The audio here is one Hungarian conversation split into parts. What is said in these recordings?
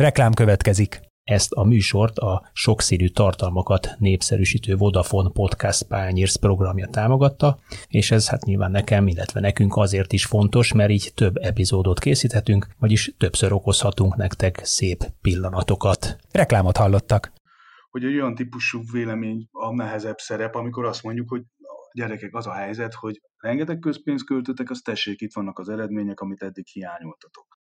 Reklám következik. Ezt a műsort a sokszínű tartalmakat népszerűsítő Vodafone Podcast Pioneers programja támogatta, és ez hát nyilván nekem, illetve nekünk azért is fontos, mert így több epizódot készíthetünk, vagyis többször okozhatunk nektek szép pillanatokat. Reklámot hallottak. Hogy egy olyan típusú vélemény a nehezebb szerep, amikor azt mondjuk, hogy gyerekek, az a helyzet, hogy rengeteg közpénzt költöttek, azt tessék, itt vannak az eredmények, amit eddig hiányoltatok.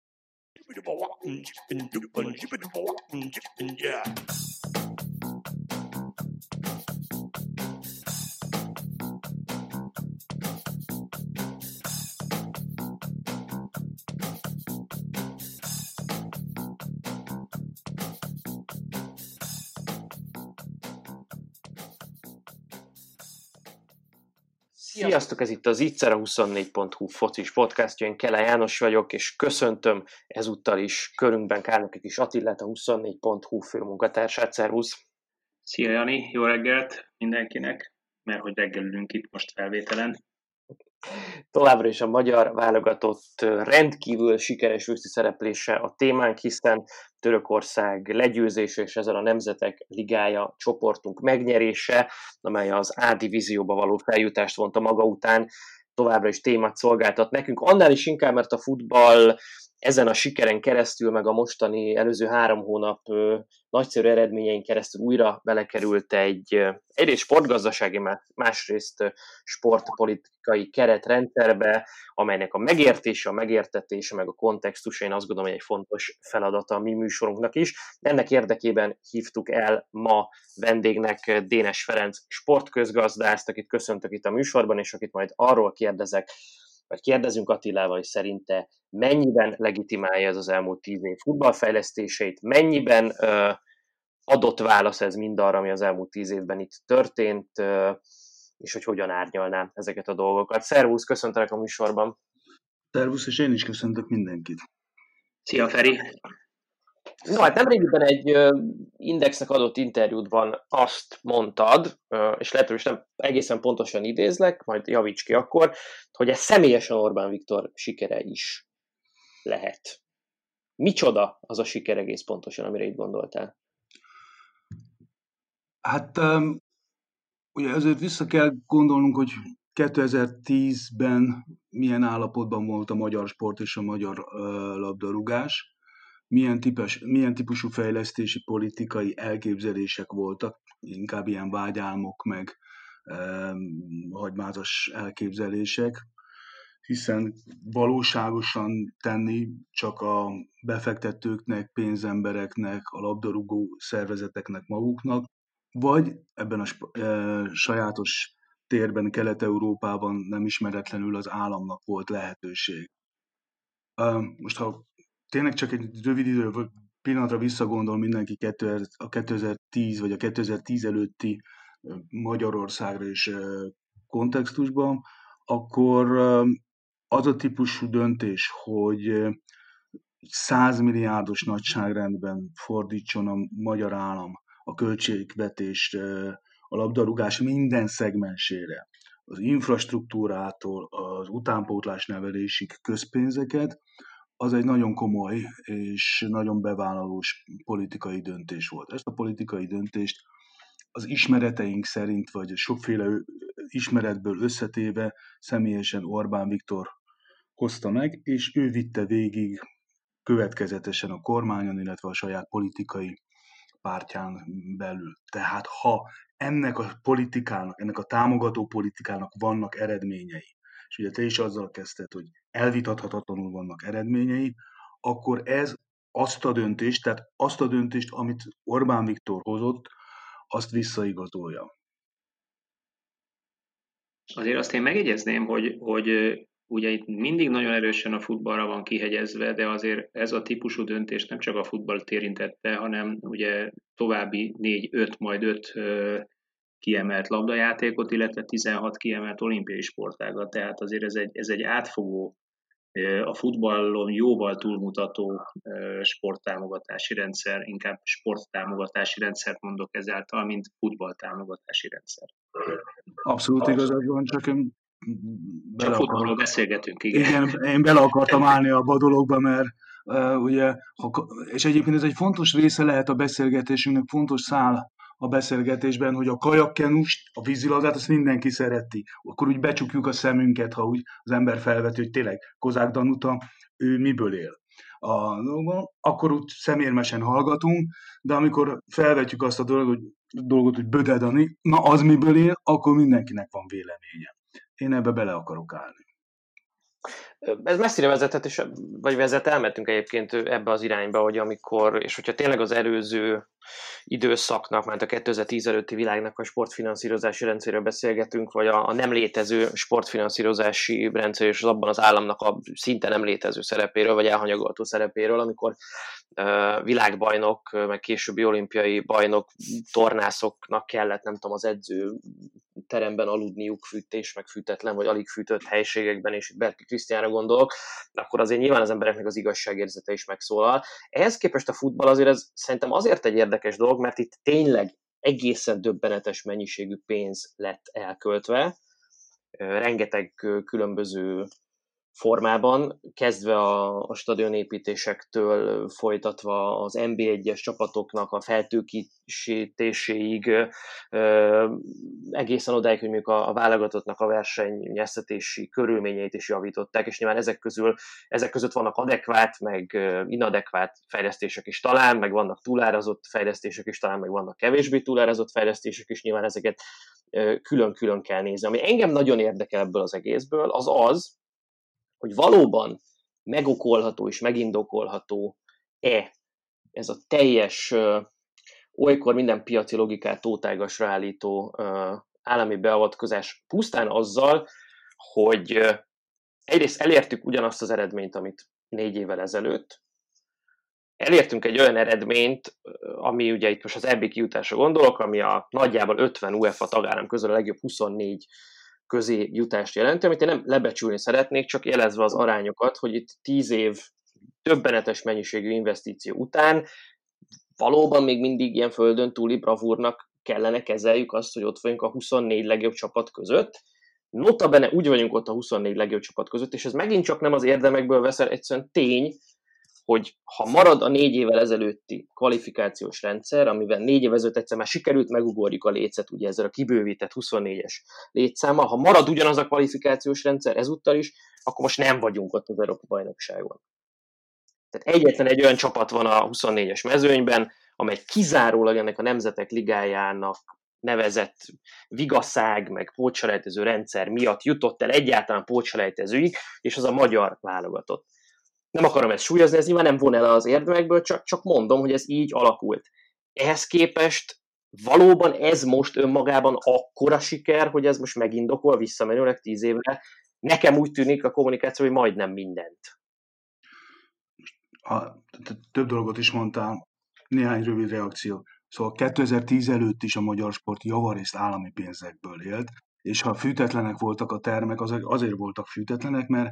Sziasztok, ez itt az Ittszer, a 24.hu focis podcastja, én Kele János vagyok, és köszöntöm ezúttal is körünkben Kárnoki Kis Attilát, a 24.hu főmunkatársát. Szervusz! Szia Jani, jó reggelt mindenkinek, mert hogy reggelülünk itt most felvételen. Továbbra is a magyar válogatott rendkívül sikeres őszi szereplése a témánk, hiszen Törökország legyőzése és ezzel a Nemzetek Ligája csoportunk megnyerése, amely az A divízióba való feljutást vonta maga után, továbbra is témát szolgáltat nekünk. Annál is inkább, mert a futball ezen a sikeren keresztül, meg a mostani előző 3 hónap nagyszerű eredményein keresztül újra belekerült egyrészt sportgazdasági, másrészt sportpolitikai keretrendszerbe, amelynek a megértése, a megértetése, meg a kontextusa, én azt gondolom, hogy egy fontos feladata a mi műsorunknak is. Ennek érdekében hívtuk el ma vendégnek Dénes Ferenc sportközgazdászt, akit köszöntök itt a műsorban, és akit majd arról kérdezünk Attilával, hogy szerinte mennyiben legitimálja ez az elmúlt 10 év futballfejlesztéseit, mennyiben adott válasz ez mindarra, ami az elmúlt 10 évben itt történt, és hogy hogyan árnyalná ezeket a dolgokat. Szervusz, köszöntelek a műsorban! Szervusz, és én is köszöntök mindenkit! Szia Feri! No, hát nemrégiben egy Indexnek adott interjútban azt mondtad, és lehet, hogy nem egészen pontosan idézlek, majd javíts ki akkor, hogy ez személyesen Orbán Viktor sikere is lehet. Micsoda az a siker egész pontosan, amire itt gondoltál? Hát ugye azért vissza kell gondolnunk, hogy 2010-ben milyen állapotban volt a magyar sport és a magyar labdarúgás, milyen típusú fejlesztési politikai elképzelések voltak, inkább ilyen vágyálmok, meg hagymázas elképzelések, hiszen valóságosan tenni csak a befektetőknek, pénzembereknek, a labdarúgó szervezeteknek maguknak, vagy ebben a sajátos térben, Kelet-Európában nem ismeretlenül az államnak volt lehetőség. Most ha tényleg csak egy rövid pillanatra visszagondol mindenki a 2010 vagy a 2010 előtti Magyarországra és kontextusban, akkor az a típusú döntés, hogy 100 milliárdos nagyságrendben fordítson a magyar állam a költségvetést a labdarúgás minden szegmensére, az infrastruktúrától az utánpótlás nevelésig közpénzeket, az egy nagyon komoly és nagyon bevállalós politikai döntés volt. Ezt a politikai döntést az ismereteink szerint, vagy sokféle ismeretből összetéve személyesen Orbán Viktor hozta meg, és ő vitte végig következetesen a kormányon, illetve a saját politikai pártján belül. Tehát ha ennek a politikának, ennek a támogató politikának vannak eredményei, és ugye te is azzal kezdted, hogy elvitathatatlanul vannak eredményei, akkor ez azt a döntést, amit Orbán Viktor hozott, azt visszaigazolja. Azért azt én megjegyezném, hogy ugye itt mindig nagyon erősen a futballra van kihegyezve, de azért ez a típusú döntés nem csak a futballt érintette, hanem ugye további 4-5, majd 5 kiemelt labdajátékot, illetve 16 kiemelt olimpiai sportágat. Tehát azért ez egy átfogó, a futballon jóval túlmutató sporttámogatási rendszer, inkább sporttámogatási rendszert mondok ezáltal, mint futballtámogatási rendszer. Abszolút igazad van, csak én Csak futballról beszélgetünk, igen. Igen, én bele akartam állni abba a dologba, mert ugye, és egyébként ez egy fontos része lehet a beszélgetésünknek, fontos szál a beszélgetésben, hogy a kajakkenust, a vízilabdát, azt mindenki szereti. Akkor úgy becsukjuk a szemünket, ha úgy az ember felveti, hogy tényleg Kozák Danuta, ő miből él. Akkor úgy szemérmesen hallgatunk, de amikor felvetjük azt a dolgot, hogy Böde Dani, na az miből él, akkor mindenkinek van véleménye. Én ebbe bele akarok állni. Ez messzire vezethet, vagy elmentünk egyébként ebbe az irányba, hogy amikor, és hogyha tényleg az előző időszaknak, mert a 2010 előtti világnak a sportfinanszírozási rendszerről beszélgetünk, vagy a nem létező sportfinanszírozási rendszer, és az abban az államnak a szinte nem létező szerepéről, vagy elhanyagolható szerepéről, amikor világbajnok, meg későbbi olimpiai bajnok tornászoknak kellett, nem tudom, az edző teremben aludniuk fűtés, meg fűtetlen, vagy alig fűtött helységekben, és itt Berki Krisztiánra gondolok, akkor azért nyilván az embereknek az igazságérzete is megszólal. Ehhez képest a futball azért ez szerintem azért egy érdekes dolog, mert itt tényleg egészen döbbenetes mennyiségű pénz lett elköltve, rengeteg különböző formában, kezdve a stadionépítésektől folytatva az NB1-es csapatoknak a feltőkésítéséig, egészen odáig, hogy mondjuk a válogatottnak a versenyeztetési körülményeit is javították, és nyilván ezek között vannak adekvát, meg inadekvát fejlesztések is talán, meg vannak túlárazott fejlesztések is talán, meg vannak kevésbé túlárazott fejlesztések is, nyilván ezeket külön-külön kell nézni. Ami engem nagyon érdekel ebből az egészből, az, hogy valóban megokolható és megindokolható-e ez a teljes, olykor minden piaci logikát tótágasra állító állami beavatkozás pusztán azzal, hogy egyrészt elértük ugyanazt az eredményt, amit 4 évvel ezelőtt, elértünk egy olyan eredményt, ami ugye itt most az EB kijutásra gondolok, ami a nagyjából 50 UEFA tagállam közül a legjobb 24 közé jutást jelenti, amit én nem lebecsülni szeretnék, csak jelezve az arányokat, hogy itt 10 év döbbenetes mennyiségű investíció után valóban még mindig ilyen földön túli bravúrnak kellene kezeljük azt, hogy ott vagyunk a 24 legjobb csapat között. Notabene úgy vagyunk ott a 24 legjobb csapat között, és ez megint csak nem az érdemekből veszel, egyszerűen tény, hogy ha marad a 4 évvel ezelőtti kvalifikációs rendszer, amivel 4 évvel ezelőtt egyszer már sikerült megugorjuk a lécet, ugye ezzel a kibővített 24-es létszámmal, ha marad ugyanaz a kvalifikációs rendszer ezúttal is, akkor most nem vagyunk ott az Európa-bajnokságon. Tehát egyetlen egy olyan csapat van a 24-es mezőnyben, amely kizárólag ennek a Nemzetek Ligájának nevezett vigaszág, meg pótselejtező rendszer miatt jutott el egyáltalán pótselejtezőig, és az a magyar válogatott. Nem akarom ezt súlyozni, ez nyilván nem von el az érdemekből, csak mondom, hogy ez így alakult. Ehhez képest valóban ez most önmagában akkora siker, hogy ez most megindokol visszamenőleg 10 évre. Nekem úgy tűnik a kommunikáció, hogy majdnem mindent. Több dolgot is mondtál, néhány rövid reakció. Szóval 2010 előtt is a magyar sport javarészt állami pénzekből élt, és ha fűtetlenek voltak a termek, azért voltak fűtetlenek, mert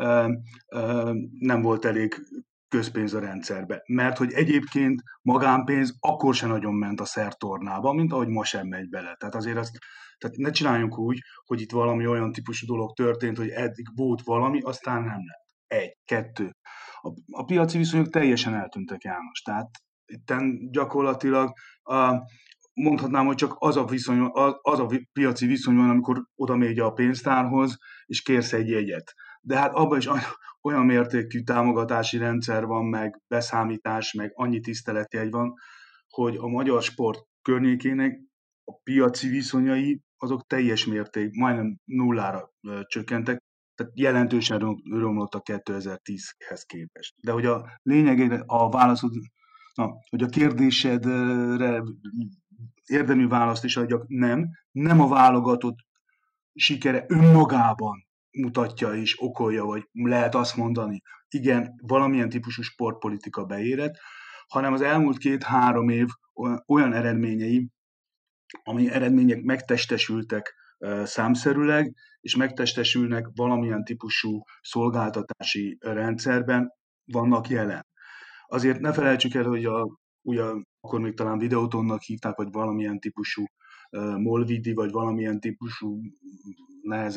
nem volt elég közpénz a rendszerbe. Mert hogy egyébként magánpénz akkor sem nagyon ment a szertornába, mint ahogy ma sem megy bele. Tehát azért tehát ne csináljunk úgy, hogy itt valami olyan típusú dolog történt, hogy eddig volt valami, aztán nem lett. 1, 2. A piaci viszonyok teljesen eltűntek, János. Tehát itten gyakorlatilag mondhatnám, hogy csak az a piaci viszony van, amikor oda megy a pénztárhoz, és kérsz egy jegyet. De hát abban is olyan mértékű támogatási rendszer van, meg beszámítás, meg annyi tiszteletjegy van, hogy a magyar sport környékének a piaci viszonyai azok teljes mérték, majdnem nullára csökkentek, tehát jelentősen romlott a 2010-hez képest. De hogy a lényegére a válaszod, hogy a kérdésedre érdemi választ is adjak, nem a válogatott sikere önmagában mutatja és okolja, vagy lehet azt mondani, igen, valamilyen típusú sportpolitika beérett, hanem az elmúlt 2-3 év olyan eredményei, ami eredmények megtestesültek számszerűleg, és megtestesülnek valamilyen típusú szolgáltatási rendszerben, vannak jelen. Azért ne felejtsük el, hogy ugye akkor még talán Videótonnak hívták, vagy valamilyen típusú Molvidi, vagy valamilyen típusú nehezen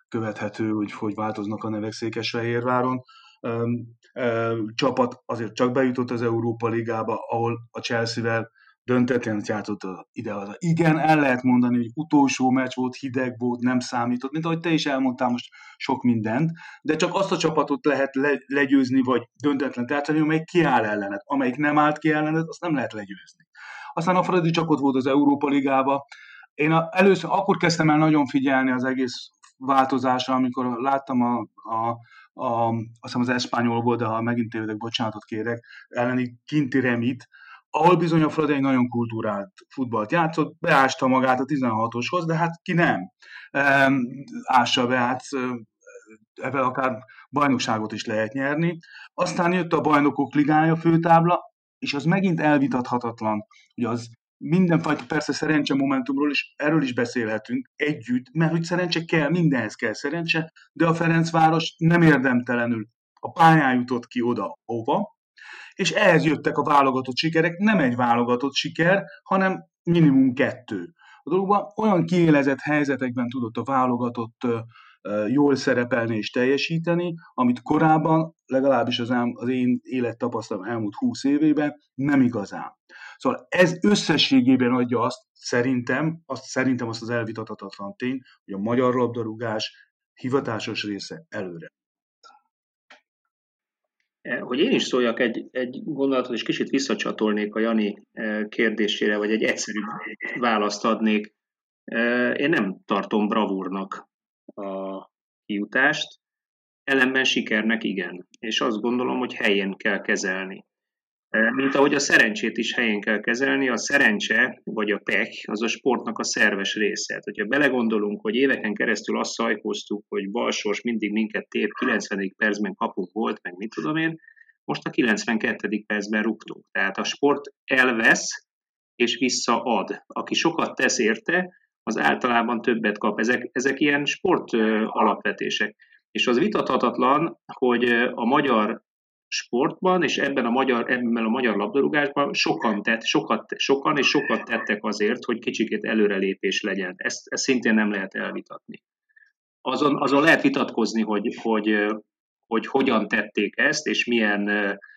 követhető, hogy változnak a nevek Székesfehérváron. Csapat azért csak bejutott az Európa Ligába, ahol a Chelsea-vel döntetlenül játszott ide-haza. Igen, el lehet mondani, hogy utolsó meccs volt, hideg volt, nem számított, mint ahogy te is elmondtál most sok mindent, de csak azt a csapatot lehet legyőzni, vagy döntetlen játszani, amelyik kiáll ellened. Amelyik nem állt ki ellened, azt nem lehet legyőzni. Aztán a Fradi csak ott volt az Európa Ligába. Én először akkor kezdtem el nagyon figyelni az egész változásra, amikor láttam azt hiszem az Espanyol volt, de ha megint tévedek, bocsánatot kérek, elleni kinti remit, ahol bizony a Fradi egy nagyon kultúrált futballt játszott, beásta magát a 16-oshoz, de hát ki nem ássa be, hát ebben akár bajnokságot is lehet nyerni. Aztán jött a Bajnokok Ligája főtábla, és az megint elvitathatatlan, hogy az mindenfajta persze szerencse momentumról is, erről is beszélhetünk együtt, mert hogy szerencse kell, mindenhez kell szerencse, de a Ferencváros nem érdemtelenül a pályán jutott ki oda, hova, és ehhez jöttek a válogatott sikerek, nem egy válogatott siker, hanem minimum 2. A dologban olyan kiélezett helyzetekben tudott a válogatott jól szerepelni és teljesíteni, amit korábban, legalábbis az én élettapasztalatom elmúlt 20 évében nem igazán. Szóval ez összességében adja szerintem azt az elvitathatatlan tény, hogy a magyar labdarúgás hivatásos része előre. Hogy én is szóljak egy gondolatot, és kicsit visszacsatolnék a Jani kérdésére, vagy egy egyszerű választ adnék. Én nem tartom bravúrnak a kijutást, ellenben sikernek igen. És azt gondolom, hogy helyén kell kezelni. Mint ahogy a szerencsét is helyén kell kezelni, a szerencse vagy a pech az a sportnak a szerves része. Hogyha belegondolunk, hogy éveken keresztül azt szajkoztuk, hogy balsors mindig minket tép, 90. percben kapunk volt, meg mit tudom én, most a 92. percben rúgtunk. Tehát a sport elvesz és visszaad. Aki sokat tesz érte, az általában többet kap. Ezek ilyen sport alapvetések. És az vitathatatlan, hogy a magyar sportban, és ebben a magyar labdarúgásban sokan és sokat tettek azért, hogy kicsikét előrelépés legyen. Ezt szintén nem lehet elvitatni. Azon lehet vitatkozni, hogy hogyan tették ezt, és milyen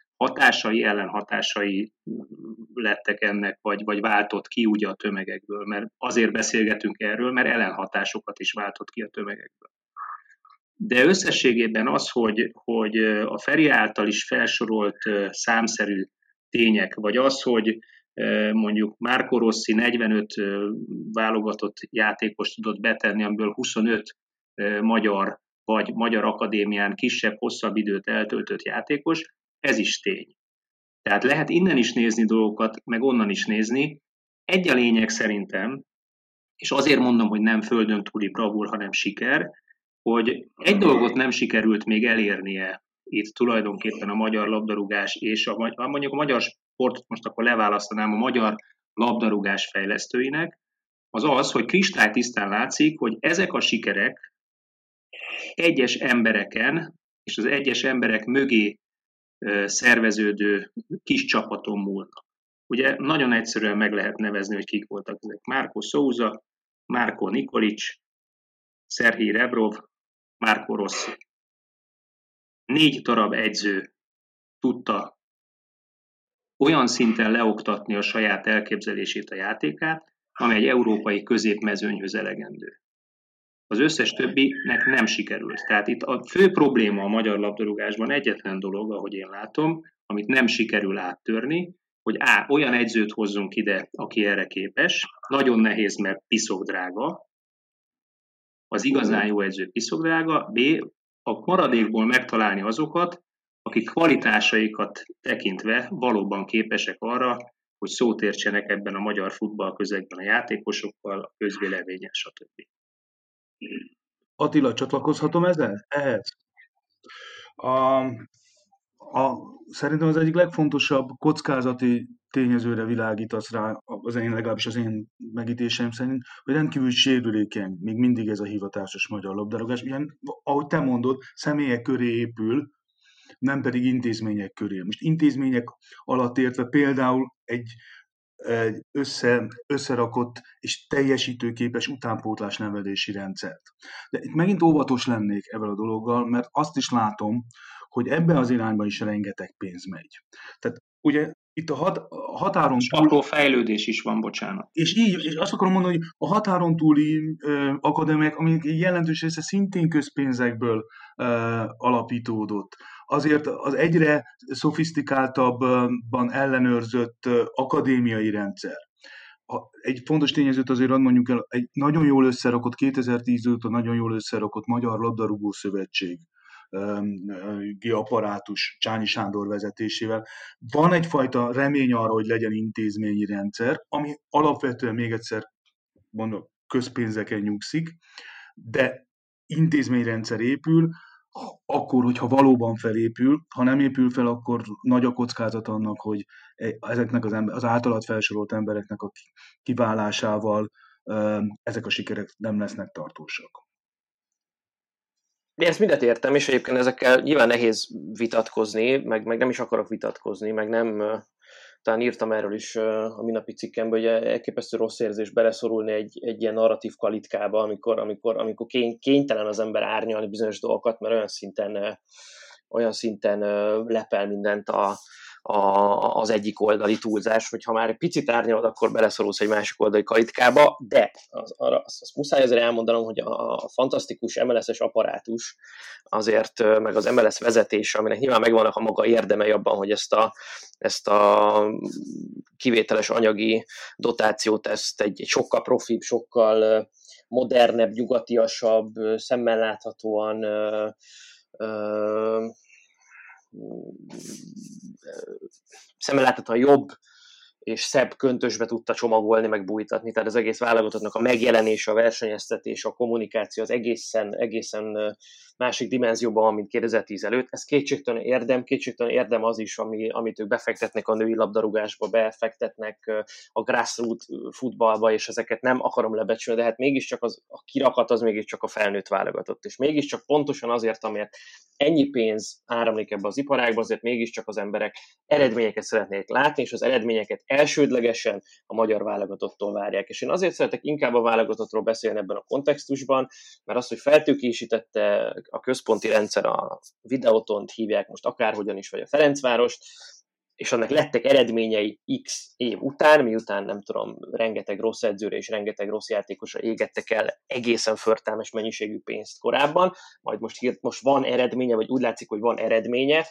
ellenhatásai lettek ennek, vagy váltott ki ugye a tömegekből. Mert azért beszélgetünk erről, mert ellenhatásokat is váltott ki a tömegekből. De összességében az, hogy a Feri által is felsorolt számszerű tények, vagy az, hogy mondjuk Marco Rossi 45 válogatott játékos tudott betenni, amiből 25 magyar, vagy Magyar Akadémián kisebb, hosszabb időt eltöltött játékos, ez is tény. Tehát lehet innen is nézni dolgokat, meg onnan is nézni. Egy a lényeg szerintem, és azért mondom, hogy nem földön túli bravúr, hanem siker, hogy egy dolgot nem sikerült még elérnie itt tulajdonképpen a magyar labdarúgás és mondjuk a magyar sportot most akkor leválasztanám a magyar labdarúgás fejlesztőinek, az, hogy kristálytisztán látszik, hogy ezek a sikerek egyes embereken és az egyes emberek mögé szerveződő kis csapaton múlnak. Ugye nagyon egyszerűen meg lehet nevezni, hogy kik voltak ezek. Marco Souza, Marko Nikolić, Serhij Rebrov, Marco Rossi. 4 darab edző tudta olyan szinten leoktatni a saját elképzelését, a játékát, amely egy európai középmezőnyhöz elegendő. Az összes többinek nem sikerült. Tehát itt a fő probléma a magyar labdarúgásban egyetlen dolog, ahogy én látom, amit nem sikerül áttörni, hogy olyan edzőt hozzunk ide, aki erre képes. Nagyon nehéz, mert piszok drága. Az igazán jó edző piszok drága. B. A maradékból megtalálni azokat, akik kvalitásaikat tekintve valóban képesek arra, hogy szót értsenek ebben a magyar futball közegben a játékosokkal, a közvéleményen, stb. Attila, csatlakozhatom ehhez? Szerintem az egyik legfontosabb kockázati tényezőre világítasz rá, legalábbis az én megítésem szerint, hogy rendkívül sérülékeny még mindig ez a hivatásos magyar labdarúgás. Ugyan, ahogy te mondod, személyek köré épül, nem pedig intézmények köré. Most intézmények alatt értve például egy összerakott és teljesítőképes utánpótlás nevelési rendszert. De itt megint óvatos lennék ebben a dologgal, mert azt is látom, hogy ebben az irányban is rengeteg pénz megy. Tehát ugye itt a határon és túl... apró fejlődés is van, bocsánat. És azt akarom mondani, hogy a határon túli akadémiák, amik jelentős része szintén közpénzekből alapítódott. Azért az egyre szofisztikáltabban ellenőrzött akadémiai rendszer. Egy fontos tényezőt azért mondjuk el, egy nagyon jól összerakott, 2010 óta nagyon jól összerakott Magyar Labdarúgó Szövetség apparátus Csányi Sándor vezetésével. Van egyfajta remény arra, hogy legyen intézményi rendszer, ami alapvetően még egyszer mondom, közpénzeken nyugszik, de intézményrendszer épül, akkor, hogyha valóban felépül, ha nem épül fel, akkor nagy a kockázat annak, hogy ezeknek az általad felsorolt embereknek a kiválásával ezek a sikerek nem lesznek tartósak. De ezt mindet értem, és egyébként ezekkel nyilván nehéz vitatkozni, meg nem is akarok vitatkozni, meg nem, talán írtam erről is a minapi cikkemben, hogy elképesztő rossz érzés beleszorulni egy ilyen narratív kalitkába, amikor kénytelen az ember árnyalni bizonyos dolgokat, mert olyan szinten lepel mindent az egyik oldali túlzás, hogy ha már egy picit árnyalod, akkor beleszorulsz egy másik oldali kalitkába, de azt muszáj azért elmondanom, hogy a fantasztikus MLS-es apparátus azért, meg az MLS vezetése, aminek nyilván megvannak a maga érdemei abban, hogy ezt a kivételes anyagi dotációt, ezt egy sokkal profibb, sokkal modernebb, nyugatiasabb, szemmel láthatóan szemmel láthatóan jobb és szebb köntösbe tudta csomagolni, meg bújtatni, tehát az egész válogatottnak a megjelenése, a versenyeztetés, a kommunikáció az egészen másik dimenzióban van, mint 2010 előtt. Ez kétségtelen érdem az is, amit ők befektetnek a női labdarúgásba, befektetnek a grassroots futballba, és ezeket nem akarom lebecsülni, de hát mégiscsak a kirakat az mégiscsak a felnőtt válogatott, és mégiscsak pontosan azért, amért ennyi pénz áramlik ebbe az iparágba, azért mégiscsak az emberek eredményeket szeretnék látni, és az eredményeket elsődlegesen a magyar válogatottól várják. És én azért szeretek inkább a válogatottról beszélni ebben a kontextusban, mert az, hogy feltőkésítette a központi rendszer, a Videótont hívják most akárhogyan is, vagy a Ferencvárost, és annak lettek eredményei X év után, miután nem tudom, rengeteg rossz edzőre és rengeteg rossz játékosra égettek el egészen förtelmes mennyiségű pénzt korábban, majd most van eredménye, vagy úgy látszik, hogy van eredménye,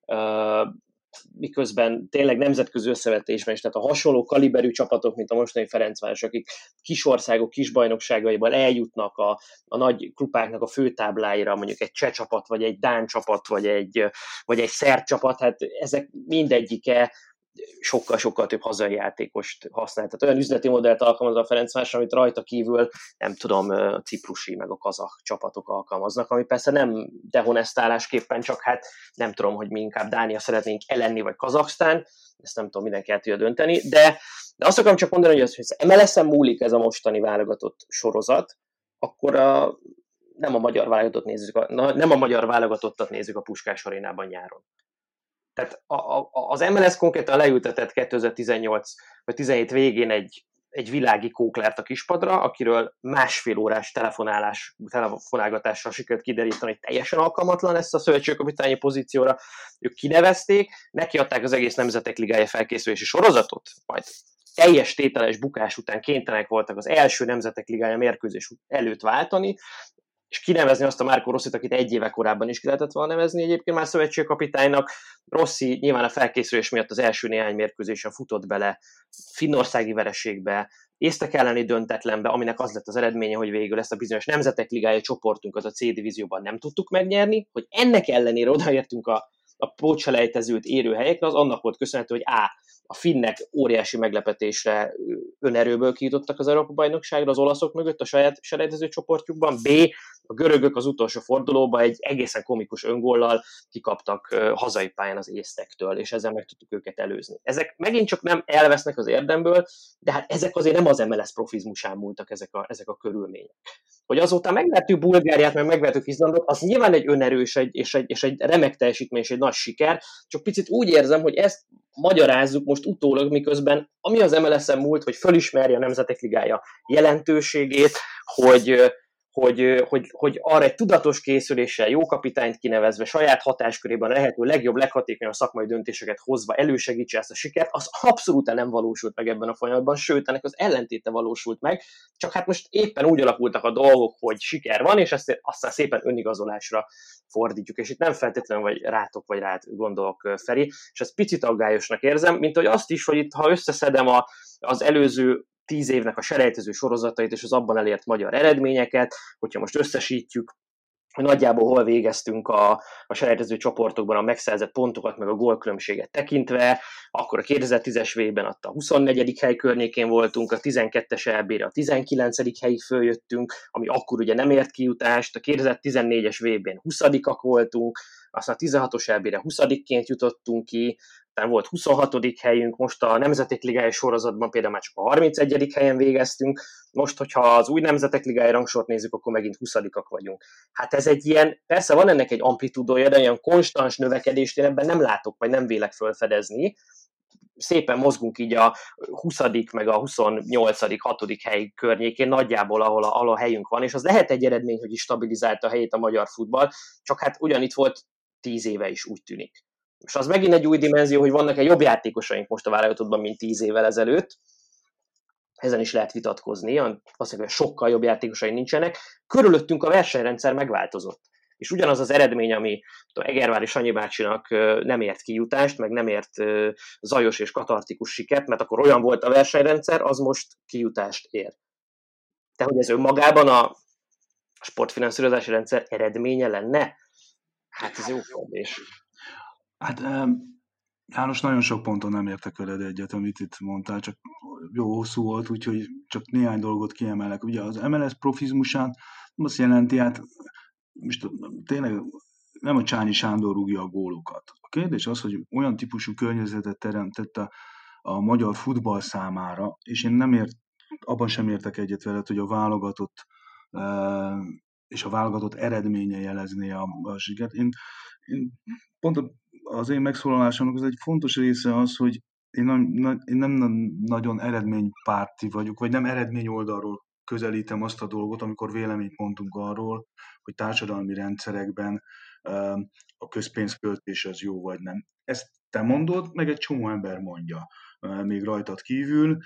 miközben tényleg nemzetközi összevetésben is, tehát a hasonló kaliberű csapatok, mint a mostani Ferencváros, akik kisországok, kisbajnokságaiban eljutnak a nagy klubáknak a főtábláira, mondjuk egy cseh csapat, vagy egy dán csapat, vagy egy szerb csapat, hát ezek mindegyike sokkal több hazai játékost használ. Tehát olyan üzleti modellt alkalmaz a Ferencváros, amit rajta kívül, nem tudom, a ciprusi, meg a kazah csapatok alkalmaznak, ami persze nem dehonestálásképpen, csak hát nem tudom, hogy mi inkább Dánia szeretnénk elenni, vagy Kazaksztán, ezt nem tudom, mindenki el tudja dönteni, de azt akarom csak mondani, hogy az MLS-en múlik ez a mostani válogatott sorozat, akkor nem a magyar válogatottat nézzük a Puskás arénában nyáron. Tehát az MLS konkrétan leültetett 2018 vagy 17 végén egy világi kóklert a kispadra, akiről másfél órás telefonálgatással sikerült kideríteni, hogy teljesen alkalmatlan lesz a szövetségkapitányi pozícióra. Ők kinevezték, nekiadták az egész Nemzetek Ligája felkészülési sorozatot, majd teljes tételes bukás után kénytelenek voltak az első Nemzetek Ligája mérkőzés előtt váltani, és kinevezni azt a Marco Rossit, akit egy éve korábban is ki lehetett volna nevezni egyébként már szövetségkapitánynak. Rossi nyilván a felkészülés miatt az első néhány mérkőzésen futott bele finnországi vereségbe, észtek elleni döntetlenbe, aminek az lett az eredménye, hogy végül ezt a bizonyos Nemzetek Ligája csoportunkat a C divízióban nem tudtuk megnyerni, hogy ennek ellenére odaértünk a pótselejtezőt érő helyekre, az annak volt köszönhető, hogy a finnek óriási meglepetésre önerőből kijutottak az Európa-bajnokságra az olaszok mögött a saját selejtező csoportjukban, B, A görögök az utolsó fordulóban egy egészen komikus öngóllal kikaptak hazai pályán az észtektől, és ezzel meg tudtuk őket előzni. Ezek megint csak nem elvesznek az érdemből, de hát ezek azért nem az MLS profizmusán múltak ezek a körülmények. Hogy azóta megvertük Bulgáriát, meg megvertük Izlandot, az nyilván egy önerős és egy remek teljesítmény és egy nagy siker, csak picit úgy érzem, hogy ezt magyarázzuk most utólag, miközben ami az MLS-en múlt, hogy fölismerje a Nemzetek Ligája jelentőségét, hogy arra egy tudatos készüléssel, jó kapitányt kinevezve, saját hatáskörében lehető legjobb, leghatékonyabb szakmai döntéseket hozva elősegítse ezt a sikert, az abszolút nem valósult meg ebben a folyamatban, sőt, ennek az ellentéte valósult meg, csak hát most éppen úgy alakultak a dolgok, hogy siker van, és ezt aztán szépen önigazolásra fordítjuk, és itt nem feltétlenül vagy rátok, vagy rád gondolok, Feri, és ezt picit aggályosnak érzem, mint hogy azt is, hogy itt, ha összeszedem az előző 10 évnek a selejtező sorozatait és az abban elért magyar eredményeket, hogyha most összesítjük, hogy nagyjából hol végeztünk a selejtező csoportokban a megszerzett pontokat, meg a gólkülönbséget tekintve, akkor a 2010-es V-ben a 24. hely környékén voltunk, a 12-es EB-re a 19. helyig följöttünk, ami akkor ugye nem ért kijutást, a 2014-es V-ben 20-ak voltunk, aztán a 16-os EB-re 20-ként jutottunk ki, aztán volt 26. helyünk, most a Nemzetek Ligája sorozatban például már csak a 31. helyen végeztünk, most, hogyha az új Nemzetek Ligája rangsort nézzük, akkor megint 20-ak vagyunk. Hát ez egy ilyen, persze van ennek egy amplitúdója, de olyan konstans növekedést én ebben nem látok, vagy nem vélek felfedezni. Szépen mozgunk így a 20. meg a 28. 6. hely környékén, nagyjából ahol a helyünk van, és az lehet egy eredmény, hogy is stabilizálta a helyét a magyar futball, csak hát ugyanitt volt 10 éve is, úgy tűnik. És az megint egy új dimenzió, hogy vannak egy jobb játékosaink most a válogatottban, mint 10 évvel ezelőtt. Ezen is lehet vitatkozni, azt mondja, hogy sokkal jobb játékosaink nincsenek. Körülöttünk a versenyrendszer megváltozott. És ugyanaz az eredmény, ami Egervári Sanyi bácsinak nem ért kijutást, meg nem ért zajos és katartikus sikert, mert akkor olyan volt a versenyrendszer, az most kijutást ér. De hogy ez önmagában a sportfinanszírozási rendszer eredménye lenne? Hát ez jó kérdés. Hát János, nagyon sok ponton nem értek veled egyet, amit itt mondtál, csak jó hosszú volt, úgyhogy csak néhány dolgot kiemelek. Ugye az MLS profizmusán azt jelenti, hát most tényleg nem a Csányi Sándor rúgja a gólokat. A kérdés az, hogy olyan típusú környezetet teremtett a magyar futball számára, és én abban sem értek egyet veled, hogy a válogatott és a válogatott eredménye jelezné a sikert. Én pont az én megszólalásomnak az egy fontos része az, hogy én nem nagyon eredménypárti vagyok, vagy nem eredmény oldalról közelítem azt a dolgot, amikor véleményt mondunk arról, hogy társadalmi rendszerekben a közpénzköltés az jó vagy nem. Ezt te mondod, meg egy csomó ember mondja még rajtad kívül,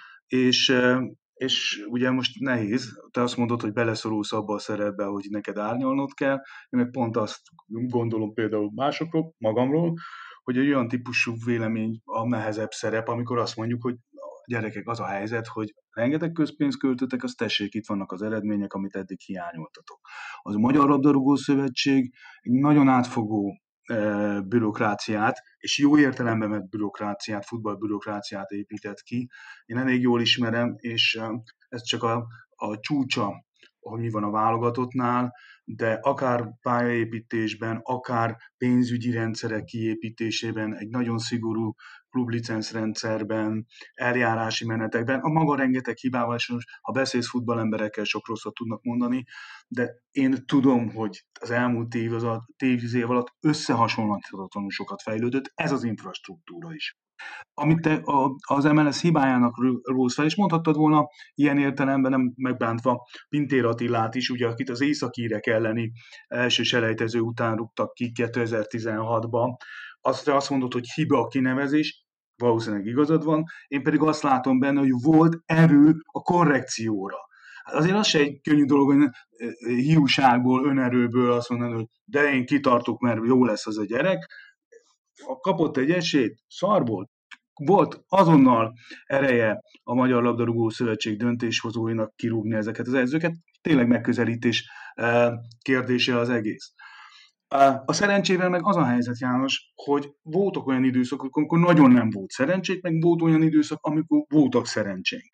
és ugye most nehéz, te azt mondod, hogy beleszorulsz abba a szerepbe, hogy neked árnyalnod kell, én meg pont azt gondolom például másokról, magamról, hogy egy olyan típusú vélemény a nehezebb szerep, amikor azt mondjuk, hogy gyerekek, az a helyzet, hogy rengeteg közpénzt költöttek, azt tessék, itt vannak az eredmények, amit eddig hiányoltatok. Az Magyar Labdarúgó Szövetség egy nagyon átfogó bürokráciát, és jó értelemben vett bürokráciát, futballbürokráciát épített ki. Én elég jól ismerem, és ez csak a csúcsa, hogy mi van a válogatottnál, de akár pályaépítésben, akár pénzügyi rendszerek kiépítésében, egy nagyon szigorú klublicencrendszerben, eljárási menetekben, a maga rengeteg hibával, és ha beszélsz futballemberekkel, sok rosszat tudnak mondani, de én tudom, hogy az elmúlt 10 év alatt összehasonlíthatatlanul sokat fejlődött, ez az infrastruktúra is. Amit te az MLS hibájának rólsz fel, és mondhattad volna ilyen értelemben, nem megbántva Pintér Attilát is, ugye, akit az északírek elleni első selejtező után rúgtak ki 2016-ban, azt mondod, hogy hiba a kinevezés, valószínűleg igazad van, én pedig azt látom benne, hogy volt erő a korrekcióra. Azért az se egy könnyű dolog, hogy hiúságból, önerőből azt mondani, hogy de én kitartok, mert jó lesz az a gyerek. Kapott egy esélyt, szarból. Volt azonnal ereje a Magyar Labdarúgó Szövetség döntéshozóinak kirúgni ezeket az edzőket. Tényleg megközelítés kérdése az egész. A szerencsével meg az a helyzet, János, hogy voltak olyan időszakok, amikor nagyon nem volt szerencsék, meg volt olyan időszak, amikor voltak szerencsénk.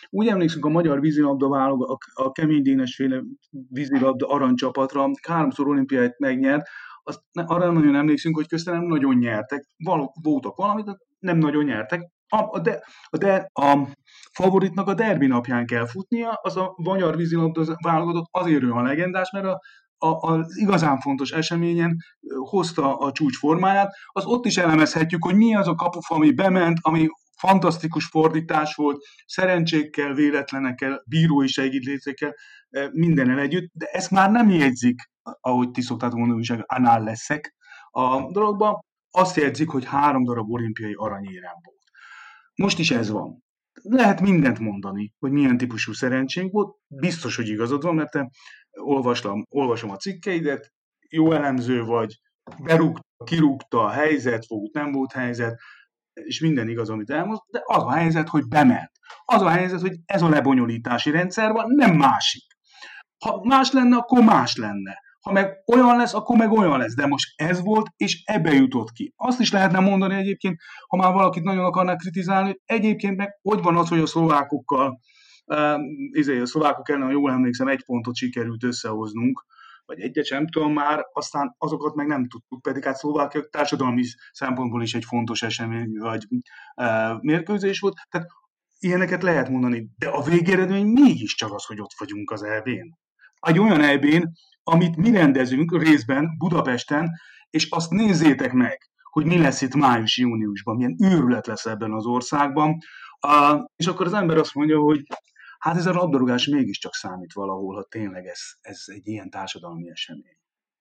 Úgy emlékszünk a magyar vízilabda a Kemény Dénes féle vízilabda aranycsapatra, 3-szor olimpiát megnyert, arra nagyon emlékszünk, hogy közben nem nagyon nyertek. Voltak valamit, nem nagyon nyertek. A favoritnak a derbi napján kell futnia, az a magyar vízilabda válogatott azért olyan legendás, mert az igazán fontos eseményen hozta a csúcs formáját. Az ott is elemezhetjük, hogy mi az a kapufa, ami bement, ami fantasztikus fordítás volt, szerencsékkel, véletlenekkel, bírói segítségekkel, mindennel együtt, de ezt már nem jegyzik, ahogy ti szoktátok mondani, hogy anál leszek a dologban, azt jegyzik, hogy 3 darab olimpiai aranyérem volt. Most is ez van. Lehet mindent mondani, hogy milyen típusú szerencsénk volt, biztos, hogy igazad van, mert te olvasom a cikkeidet, jó elemző vagy, berúgta, kirúgta, a helyzet volt, nem volt helyzet, és minden igaz, amit elmondott, de az a helyzet, hogy bement. Az a helyzet, hogy ez a lebonyolítási rendszer van, nem másik. Ha más lenne, akkor más lenne. Ha meg olyan lesz, akkor meg olyan lesz. De most ez volt, és ebbe jutott ki. Azt is lehetne mondani egyébként, ha már valakit nagyon akarnak kritizálni, hogy egyébként meg hogy van az, hogy a szlovákokkal, a szlovákok ellen, ha jól emlékszem, 1 pontot sikerült összehoznunk, vagy egyet sem tudom már, aztán azokat meg nem tudtuk, pedig hát Szlovákia társadalmi szempontból is egy fontos esemény, vagy mérkőzés volt. Tehát ilyeneket lehet mondani, de a végeredmény mégiscsak az, hogy ott vagyunk az EB-n. Egy olyan EB-n, amit mi rendezünk részben Budapesten, és azt nézzétek meg, hogy mi lesz itt május-júniusban, milyen őrület lesz ebben az országban, és akkor az ember azt mondja, hogy hát ez a labdarúgás mégiscsak számít valahol, ha tényleg ez egy ilyen társadalmi esemény.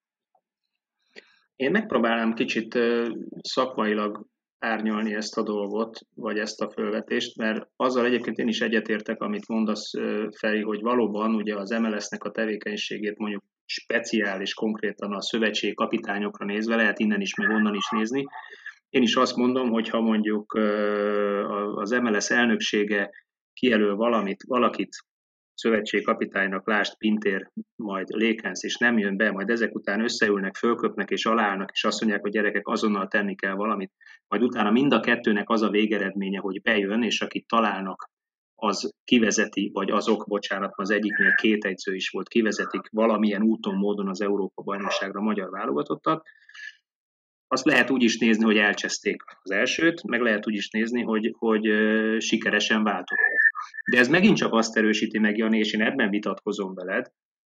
Én megpróbálnám kicsit szakmailag árnyalni ezt a dolgot, vagy ezt a fölvetést, mert azzal egyébként én is egyetértek, amit mondasz, Feri, hogy valóban ugye az MLS-nek a tevékenységét mondjuk speciális, konkrétan a szövetség kapitányokra nézve, lehet innen is, meg onnan is nézni. Én is azt mondom, hogy ha mondjuk az MLS elnöksége kijelöl valakit szövetségkapitánynak, lásd Pintér, majd Lékensz, és nem jön be, majd ezek után összeülnek, fölköpnek és alállnak, és azt mondják, hogy gyerekek, azonnal tenni kell valamit, majd utána mind a kettőnek az a végeredménye, hogy bejön, és akit találnak, az kivezeti, vagy azok, bocsánat, az egyiknél 2 edző is volt, kivezetik valamilyen úton, módon az Európa-bajnokságra magyar válogatottat. Azt lehet úgy is nézni, hogy elcseszték az elsőt, meg lehet úgy is nézni, hogy sikeresen váltottak. De ez megint csak azt erősíti meg, Jani, és én ebben vitatkozom veled,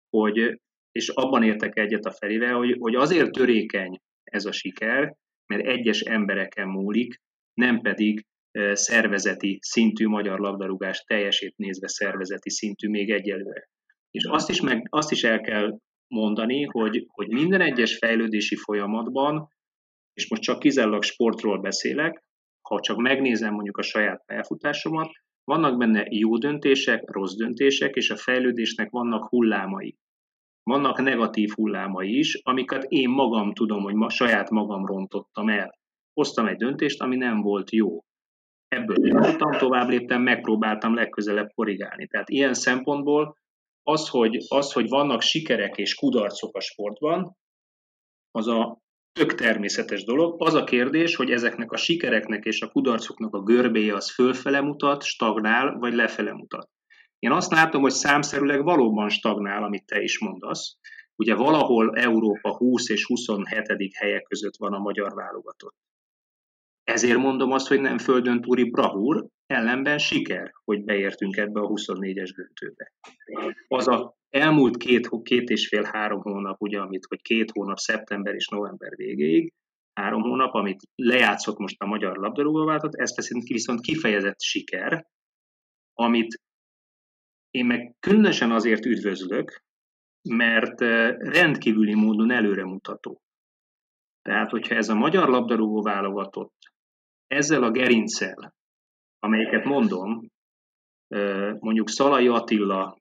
és abban értek egyet a Ferivel, hogy azért törékeny ez a siker, mert egyes embereken múlik, nem pedig szervezeti szintű magyar labdarúgás teljesét nézve szervezeti szintű még egyelőre. És azt is el kell mondani, hogy minden egyes fejlődési folyamatban, és most csak kizárólag sportról beszélek, ha csak megnézem mondjuk a saját pályafutásomat, vannak benne jó döntések, rossz döntések, és a fejlődésnek vannak hullámai. Vannak negatív hullámai is, amiket én magam tudom, hogy saját magam rontottam el. Hoztam egy döntést, ami nem volt jó. Ebből tanultam, tovább léptem, megpróbáltam legközelebb korrigálni. Tehát ilyen szempontból az, hogy vannak sikerek és kudarcok a sportban, az a tök természetes dolog. Az a kérdés, hogy ezeknek a sikereknek és a kudarcoknak a görbéje az fölfele mutat, stagnál, vagy lefele mutat. Én azt látom, hogy számszerűleg valóban stagnál, amit te is mondasz. Ugye valahol Európa 20 és 27. helye között van a magyar válogatott. Ezért mondom azt, hogy nem földön túli bravúr, ellenben siker, hogy beértünk ebbe a 24-es döntőbe. Az a elmúlt 2,5-3 hónap, ugye, hogy 2 hónap, szeptember és november végéig, 3 hónap, amit lejátszott most a magyar labdarúgóválogatott, ez viszont kifejezett siker, amit én meg különösen azért üdvözlök, mert rendkívüli módon előremutató. Tehát, hogyha ez a magyar labdarúgóválogatott ezzel a gerinccel, amelyeket mondom, mondjuk Szalai Attila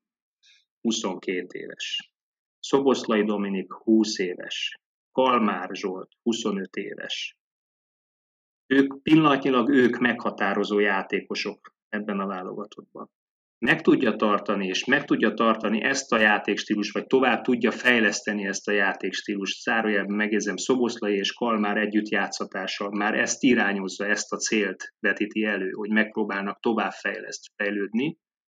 22 éves, Szoboszlai Dominik 20 éves, Kalmár Zsolt 25 éves. Pillanatnyilag ők meghatározó játékosok ebben a válogatottban. Meg tudja tartani ezt a játékstílust, vagy tovább tudja fejleszteni ezt a játékstílust, zárójelben megjegyzem, Szoboszlai és Kalmár együttjátszatása már ezt irányozza, ezt a célt vetíti elő, hogy megpróbálnak tovább fejlődni,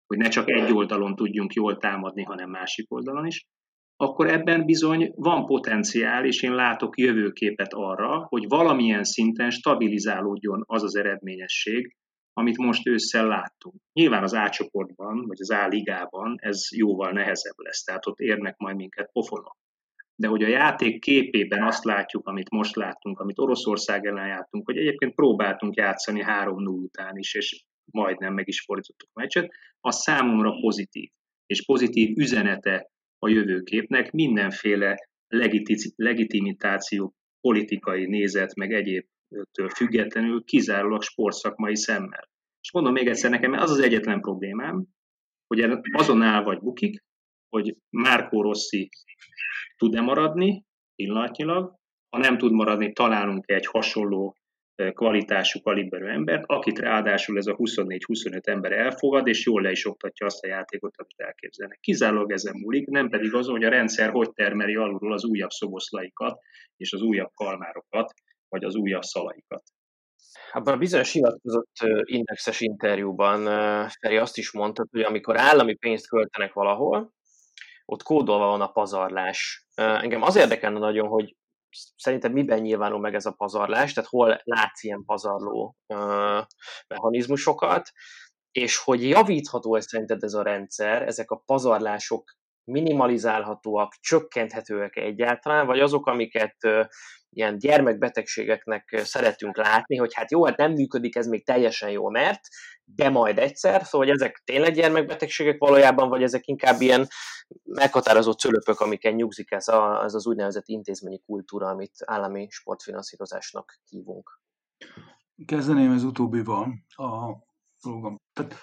hogy ne csak egy oldalon tudjunk jól támadni, hanem másik oldalon is, akkor ebben bizony van potenciál, és én látok jövőképet arra, hogy valamilyen szinten stabilizálódjon az az eredményesség, amit most ősszel láttunk. Nyilván az A csoportban, vagy az A ligában ez jóval nehezebb lesz, tehát ott érnek majd minket pofonok. De hogy a játék képében azt látjuk, amit most láttunk, amit Oroszország ellen játszunk, hogy egyébként próbáltunk játszani 3-0 után is, és majdnem meg is fordítottuk a meccset, az számomra pozitív. És pozitív üzenete a jövőképnek mindenféle legitimitáció, politikai nézet, meg egyébtől függetlenül kizárólag sportszakmai szemmel. És mondom még egyszer, nekem az az egyetlen problémám, hogy azon áll vagy bukik, hogy Marco Rossi tud-e maradni pillanatnyilag, ha nem tud maradni, találunk egy hasonló kvalitású, kaliberű embert, akit ráadásul ez a 24-25 ember elfogad, és jól le is oktatja azt a játékot, amit elképzelnek. Kizárólag ezen múlik, nem pedig azon, hogy a rendszer hogy termeli alulról az újabb szoboszlaikat, és az újabb kalmárokat, vagy az újabb szalaikat. Abban a bizonyos hivatkozott indexes interjúban Feri azt is mondta, hogy amikor állami pénzt költenek valahol, ott kódolva van a pazarlás. Engem az érdekelne nagyon, hogy szerinted miben nyilvánul meg ez a pazarlás, tehát hol látsz ilyen pazarló mechanizmusokat, és hogy javítható szerinted ez a rendszer, ezek a pazarlások minimalizálhatóak, csökkenthetőek egyáltalán, vagy azok, amiket ilyen gyermekbetegségeknek szeretünk látni, hogy hát jó, hát nem működik ez még teljesen jól, mert de majd egyszer, szóval hogy ezek tényleg gyermekbetegségek valójában, vagy ezek inkább ilyen meghatározott cölöpök, amiken nyugszik ez az úgynevezett intézményi kultúra, amit állami sportfinanszírozásnak hívunk. Kezdeném az utóbbival a dolgom. Tehát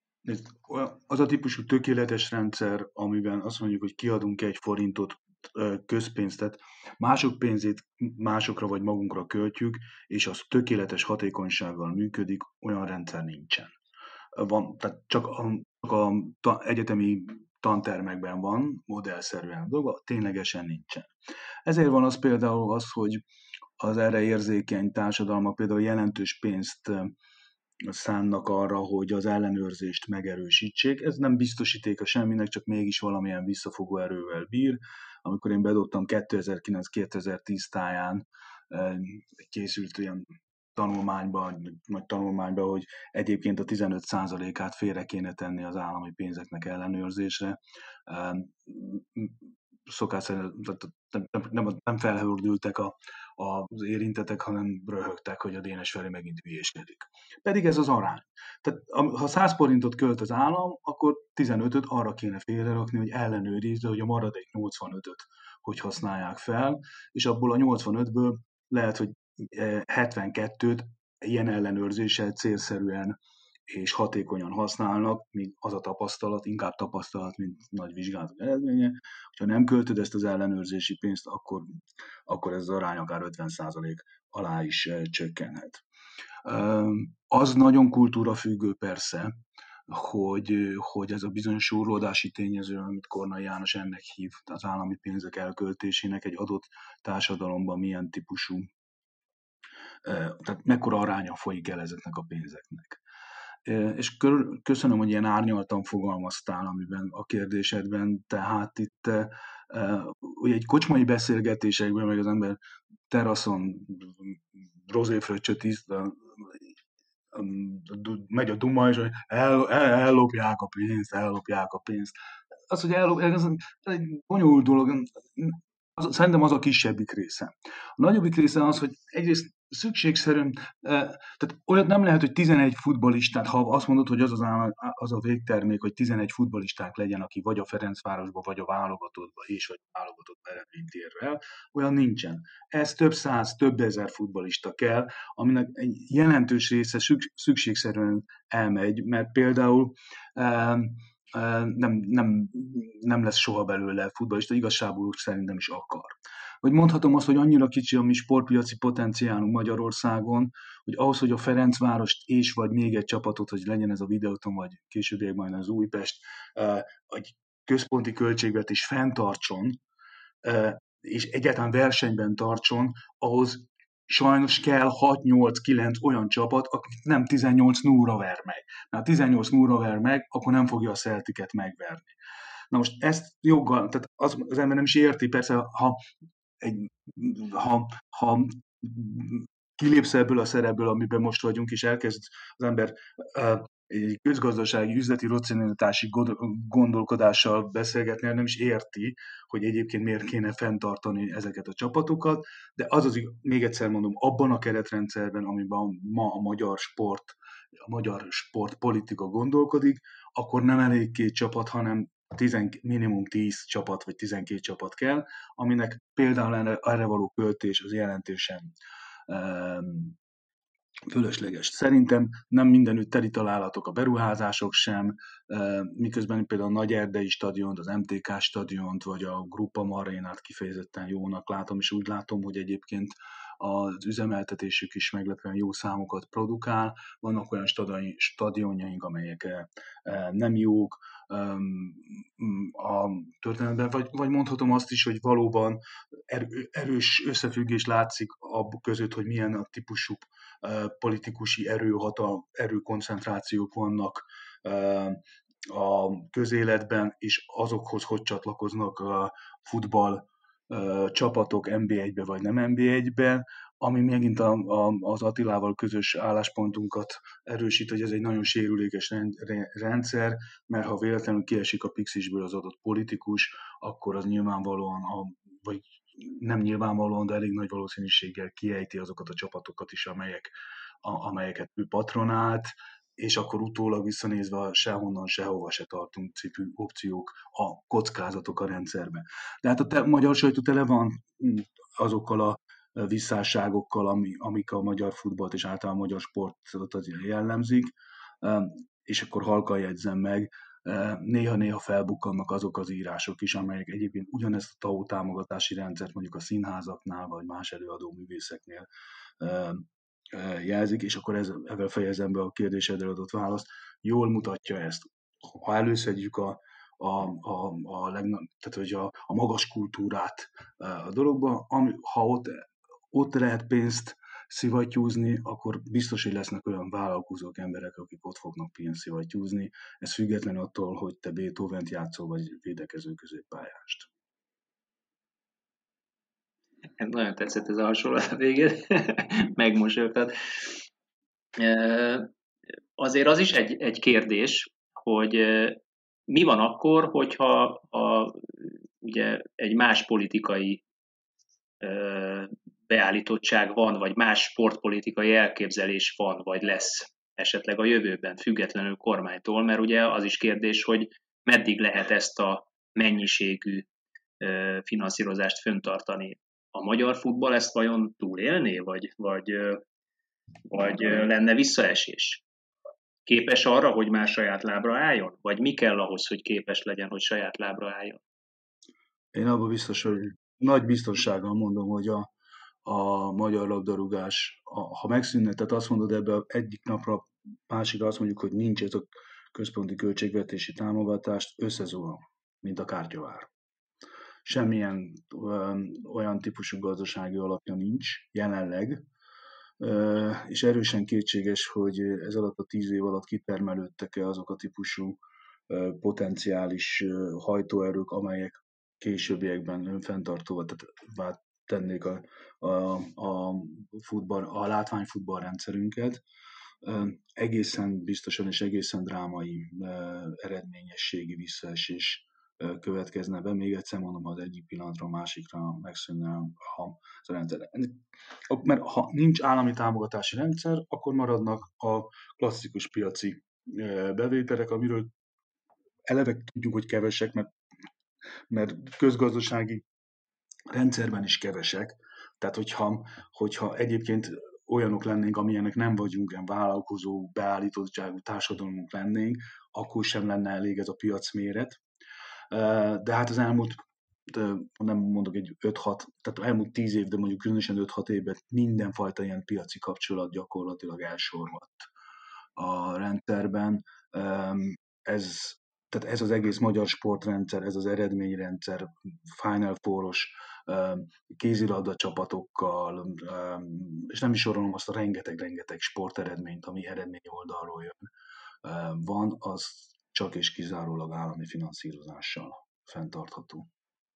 az a típusú tökéletes rendszer, amiben azt mondjuk, hogy kiadunk egy forintot közpénzt, tehát mások pénzét másokra vagy magunkra költjük, és az tökéletes hatékonysággal működik, olyan rendszer nincsen. Van, tehát csak a egyetemi tantermekben van modellszerűen a dolga, ténylegesen nincsen. Ezért van az például az, hogy az erre érzékeny társadalmak például jelentős pénzt szánnak arra, hogy az ellenőrzést megerősítsék. Ez nem biztosítéka semminek, csak mégis valamilyen visszafogó erővel bír. Amikor én bedobtam 2009-2010 táján készült ilyen tanulmányba, hogy egyébként a 15%-át félre kéne tenni az állami pénzeknek ellenőrzésre. Szokás szerint nem felhördültek az érintettek, hanem röhögtek, hogy a Dénes Feri megint hülyéskedik. Pedig ez az arány. Tehát ha 100 forintot költ az állam, akkor 15-öt arra kéne félrerakni, hogy ellenőrizze, hogy a maradék 85-öt hogy használják fel, és abból a 85-ből lehet, hogy 72-t ilyen ellenőrzéssel célszerűen és hatékonyan használnak, míg az a tapasztalat, inkább tapasztalat, mint nagy vizsgálatok eredménye. Ha nem költöd ezt az ellenőrzési pénzt, akkor ez az arány akár 50% alá is csökkenhet. Az nagyon kultúrafüggő persze, hogy ez a bizonyos súrlódási tényező, amit Kornai János ennek hív, az állami pénzek elköltésének egy adott társadalomban milyen típusú, tehát mekkora aránya folyik el ezeknek a pénzeknek. És köszönöm, hogy ilyen árnyaltan fogalmaztál, amiben a kérdésedben, tehát itt ugye egy kocsmai beszélgetésekben, meg az ember teraszon rozéfröccsöt iszt, megy a duma, és ellopják a pénzt. Az, hogy ellopják, ez egy bonyolult dolog, szerintem az a kisebbik része. A nagyobbik része az, hogy egyrészt szükségszerűen, tehát olyat nem lehet, hogy 11 futballistát, ha azt mondod, hogy az a végtermék, hogy 11 futballisták legyen, aki vagy a Ferencvárosba, vagy a válogatottba vagy a válogatottba eredményt ér el, olyan nincsen. Ez több száz, több ezer futballista kell, aminek egy jelentős része szükségszerűen elmegy, mert például nem lesz soha belőle futballista, igazságból szerintem is akar. Vagy mondhatom azt, hogy annyira kicsi a mi sportpiaci potenciálunk Magyarországon, hogy ahhoz, hogy a Ferencvárost és vagy még egy csapatot, hogy legyen ez a Videóton, vagy későbbiek majd az Újpest, egy központi költségvetés fenntartson, és egyáltalán versenyben tartson, ahhoz sajnos kell 6-8-9 olyan csapat, akik nem 18-0-ra ver meg. Mert ha 18-0-ra ver meg, akkor nem fogja a Celticet megverni. Na most ezt joggal, tehát az ember nem is érti, persze, ha kilépsz ebből a szerepből, amiben most vagyunk, és elkezd az ember egy közgazdasági, üzleti racionalitási gondolkodással beszélgetni, nem is érti, hogy egyébként miért kéne fenntartani ezeket a csapatokat, de még egyszer mondom, abban a keretrendszerben, amiben ma a magyar sportpolitika gondolkodik, akkor nem elég 2 csapat, hanem minimum 10 csapat vagy 12 csapat kell, aminek például erre való költés az jelentősen fölösleges. Szerintem nem mindenütt teli találatok a beruházások sem, miközben például a Nagy Erdei stadiont, az MTK stadiont, vagy a Groupama Arénát kifejezetten jónak látom, és úgy látom, hogy egyébként az üzemeltetésük is meglepően jó számokat produkál. Vannak olyan stadionjaink, amelyek nem jók a történetben, vagy mondhatom azt is, hogy valóban erős összefüggés látszik abban között, hogy milyen a típusú politikusi erőkoncentrációk vannak a közéletben, és azokhoz hogy csatlakoznak a futball csapatok NB1-be vagy nem NB1-be, ami megint az Attilával közös álláspontunkat erősít, hogy ez egy nagyon sérülékes rendszer, mert ha véletlenül kiesik a Pixisből az adott politikus, akkor az nyilvánvalóan, vagy nem nyilvánvalóan, de elég nagy valószínűséggel kiejti azokat a csapatokat is, amelyeket ő patronált, és akkor utólag visszanézve sehonnan, sehova se tartunk cipő opciók, a kockázatok a rendszerben. De hát a magyar sajtó tele van azokkal a visszásságokkal, amik a magyar futballt és általában a magyar sportot azért jellemzik, és akkor halkan jegyzem meg, néha-néha felbukkannak azok az írások is, amelyek egyébként ugyanezt a TAO támogatási rendszert mondjuk a színházaknál vagy más előadó művészeknél jelzik, és akkor ezzel fejezem be a kérdésedre adott választ. Jól mutatja ezt. Ha előszedjük tehát, hogy a magas kultúrát a dologba, ha ott lehet pénzt szivattyúzni, akkor biztos, hogy lesznek olyan vállalkozók, emberek, akik ott fognak pénzt szivattyúzni. Ez független attól, hogy te Beethovent játszol, vagy védekező középpályást. Nagyon tetszett ez a hasonlat a végén, megmosoltad. Azért az is egy kérdés, hogy mi van akkor, hogyha ugye egy más politikai beállítottság van, vagy más sportpolitikai elképzelés van, vagy lesz esetleg a jövőben, függetlenül kormánytól, mert ugye az is kérdés, hogy meddig lehet ezt a mennyiségű finanszírozást fenntartani. A magyar futball ezt vajon túlélné, vagy lenne visszaesés? Képes arra, hogy már saját lábra álljon? Vagy mi kell ahhoz, hogy képes legyen, hogy saját lábra álljon? Én abban biztos, hogy nagy biztonsággal mondom, hogy a magyar labdarúgás, ha megszűnne, tehát azt mondod ebbe egyik napra, másikra azt mondjuk, hogy nincs ez a központi költségvetési támogatást, összezuhan, mint a kártyavár. Semmilyen olyan típusú gazdasági alapja nincs jelenleg, és erősen kétséges, hogy ez alatt a 10 év alatt kitermelődtek-e azok a típusú potenciális hajtóerők, amelyek későbbiekben önfenntartóvá tennék a látványfutball rendszerünket. Egészen biztosan és egészen drámai eredményességi visszaesés következne be. Még egyszer mondom, ha az egyik pillanatra a másikra megszűnne a rendszer. Mert ha nincs állami támogatási rendszer, akkor maradnak a klasszikus piaci bevételek, amiről eleve tudjuk, hogy kevesek, mert közgazdasági rendszerben is kevesek. Tehát, hogyha egyébként olyanok lennénk, amilyenek nem vagyunk, ilyen vállalkozó, beállítottságú társadalmunk lennénk, akkor sem lenne elég ez a piacméret. De hát az elmúlt, nem mondok egy 5-6, tehát elmúlt 10 év, de mondjuk különösen 5-6 évben mindenfajta ilyen piaci kapcsolat gyakorlatilag elsorvadt a rendszerben. tehát ez az egész magyar sportrendszer, ez az eredményrendszer, Final Four-os kézilabda csapatokkal, és nem is sorolom azt a rengeteg sporteredményt, ami eredmény oldalról jön, van, az csak és kizárólag állami finanszírozással fenntartható.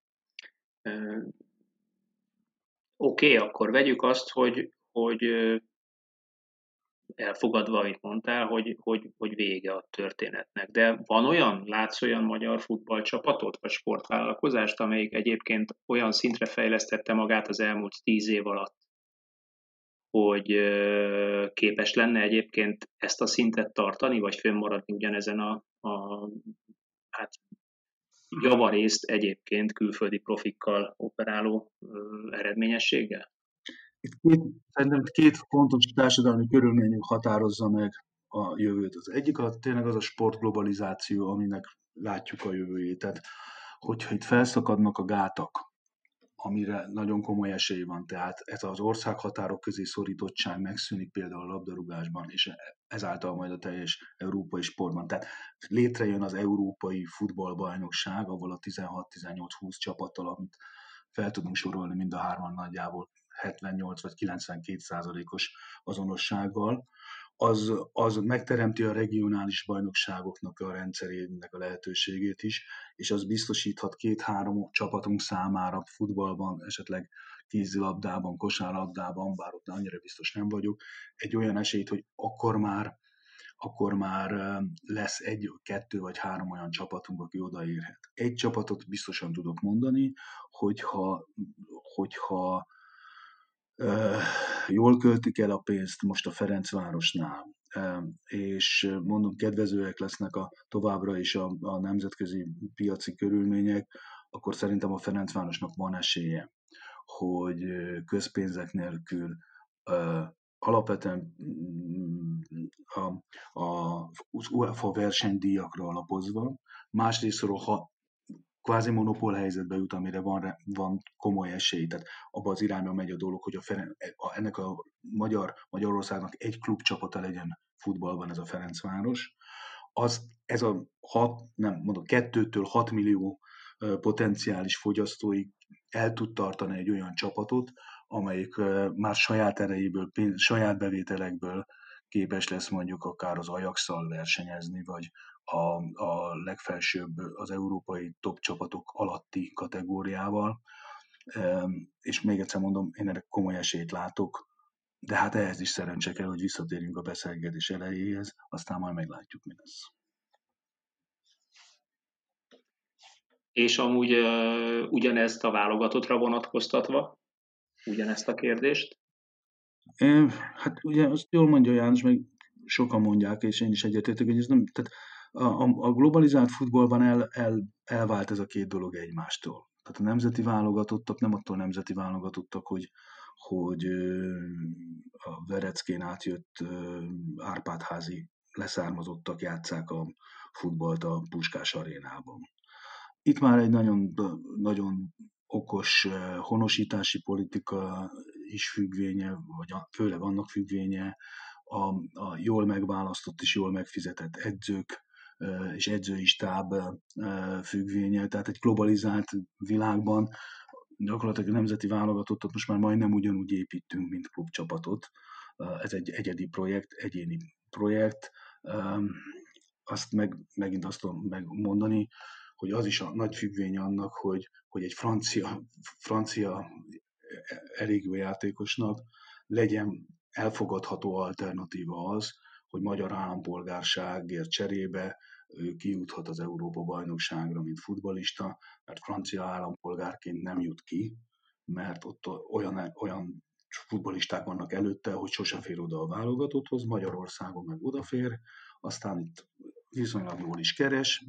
Oké, akkor vegyük azt, hogy elfogadva, amit mondtál, hogy vége a történetnek. De látsz olyan magyar futballcsapatot, vagy sportvállalkozást, amelyik egyébként olyan szintre fejlesztette magát az elmúlt 10 év alatt, hogy képes lenne egyébként ezt a szintet tartani, vagy fönnmaradni ugyanezen hát javarészt egyébként külföldi profikkal operáló eredményességgel? Itt szerintem két fontos társadalmi körülmény határozza meg a jövőt. Az egyik tényleg az a sportglobalizáció, aminek látjuk a jövőjét. Tehát, hogyha itt felszakadnak a gátak, amire nagyon komoly esély van, tehát ez az országhatárok közé szorítottság megszűnik például a labdarúgásban, és ezáltal majd a teljes európai sportban. Tehát létrejön az európai futballbajnokság, ahol a 16-18-20 csapattal, amit fel tudunk sorolni mind a hárman nagyjából 78 vagy 92%-os azonossággal, az megteremti a regionális bajnokságoknak a rendszerének a lehetőségét is, és az biztosíthat 2-3 csapatunk számára futballban, esetleg kézilabdában, kosárlabdában, bár ott annyira biztos nem vagyok, egy olyan esélyt, hogy akkor már lesz 1, 2 vagy 3 olyan csapatunk, aki odaérhet. Egy csapatot biztosan tudok mondani, hogyha jól költik el a pénzt most a Ferencvárosnál, és mondom, kedvezőek lesznek továbbra is a nemzetközi piaci körülmények, akkor szerintem a Ferencvárosnak van esélye, hogy közpénzek nélkül alapvetően az UEFA versenydíjakra alapozva, másrésztről, ha kvázi monopól helyzetbe jut, amire van komoly esély. Tehát abban az irányba megy a dolog, hogy ennek a Magyarországnak egy klubcsapata legyen futballban, ez a Ferencváros. Ez a 2-től 6 millió potenciális fogyasztóig el tud tartani egy olyan csapatot, amelyik már saját erejéből, saját bevételekből képes lesz mondjuk akár az Ajax-szal versenyezni, vagy a legfelsőbb, az európai top csapatok alatti kategóriával. És még egyszer mondom, én ennek komoly esélyt látok, de hát ehhez is szerencse kell, hogy visszatérjünk a beszélgetés elejéhez, aztán majd meglátjuk, mi lesz. És amúgy ugyanezt a válogatottra vonatkoztatva, ugyanezt a kérdést? Hát ugye azt jól mondja János, meg sokan mondják, és én is egyetértek, hogy ez nem, tehát a globalizált futballban elvált ez a két dolog egymástól. Tehát a nemzeti válogatottak nem attól nemzeti válogatottak, hogy a Vereckén átjött Árpádházi leszármazottak játsszák a futballt a Puskás arénában. Itt már egy nagyon, nagyon okos honosítási politika is függvénye, vagy főleg annak függvénye, a jól megválasztott és jól megfizetett edzők és edzői stáb függvénye. Tehát egy globalizált világban gyakorlatilag a nemzeti válogatottat most már majdnem ugyanúgy építünk, mint klubcsapatot. Ez egy egyedi projekt, egyéni projekt. Azt megint azt tudom megmondani, hogy az is a nagy függvény annak, hogy egy francia elég jó játékosnak legyen elfogadható alternatíva az, hogy magyar állampolgárságért cserébe ő kijuthat az Európa-bajnokságra, mint futballista, mert francia állampolgárként nem jut ki, mert ott olyan futballisták vannak előtte, hogy sose fér oda a válogatotthoz, Magyarországon meg odafér, aztán itt viszonylag jól is keres,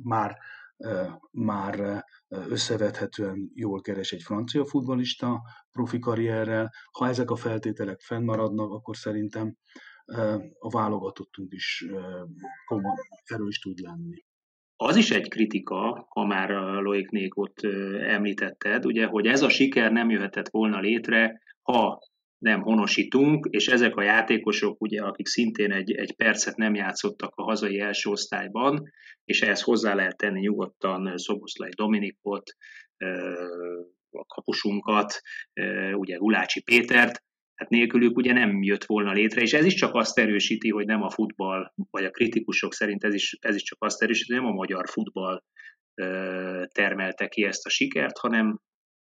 már összevethetően jól keres egy francia futballista profi karrierrel. Ha ezek a feltételek fennmaradnak, akkor szerintem a válogatottunk is komoly, erős tud lenni. Az is egy kritika, ha már Loic Nékot említetted, ugye, hogy ez a siker nem jöhetett volna létre, ha nem honosítunk, és ezek a játékosok, ugye, akik szintén egy percet nem játszottak a hazai első osztályban, és ehhez hozzá lehet tenni nyugodtan Szoboszlai Dominikot, a kapusunkat, ugye Gulácsi Pétert, hát nélkülük ugye nem jött volna létre, és ez is csak azt erősíti, hogy nem a futball, vagy a kritikusok szerint ez is csak azt erősíti, hogy nem a magyar futball termelte ki ezt a sikert, hanem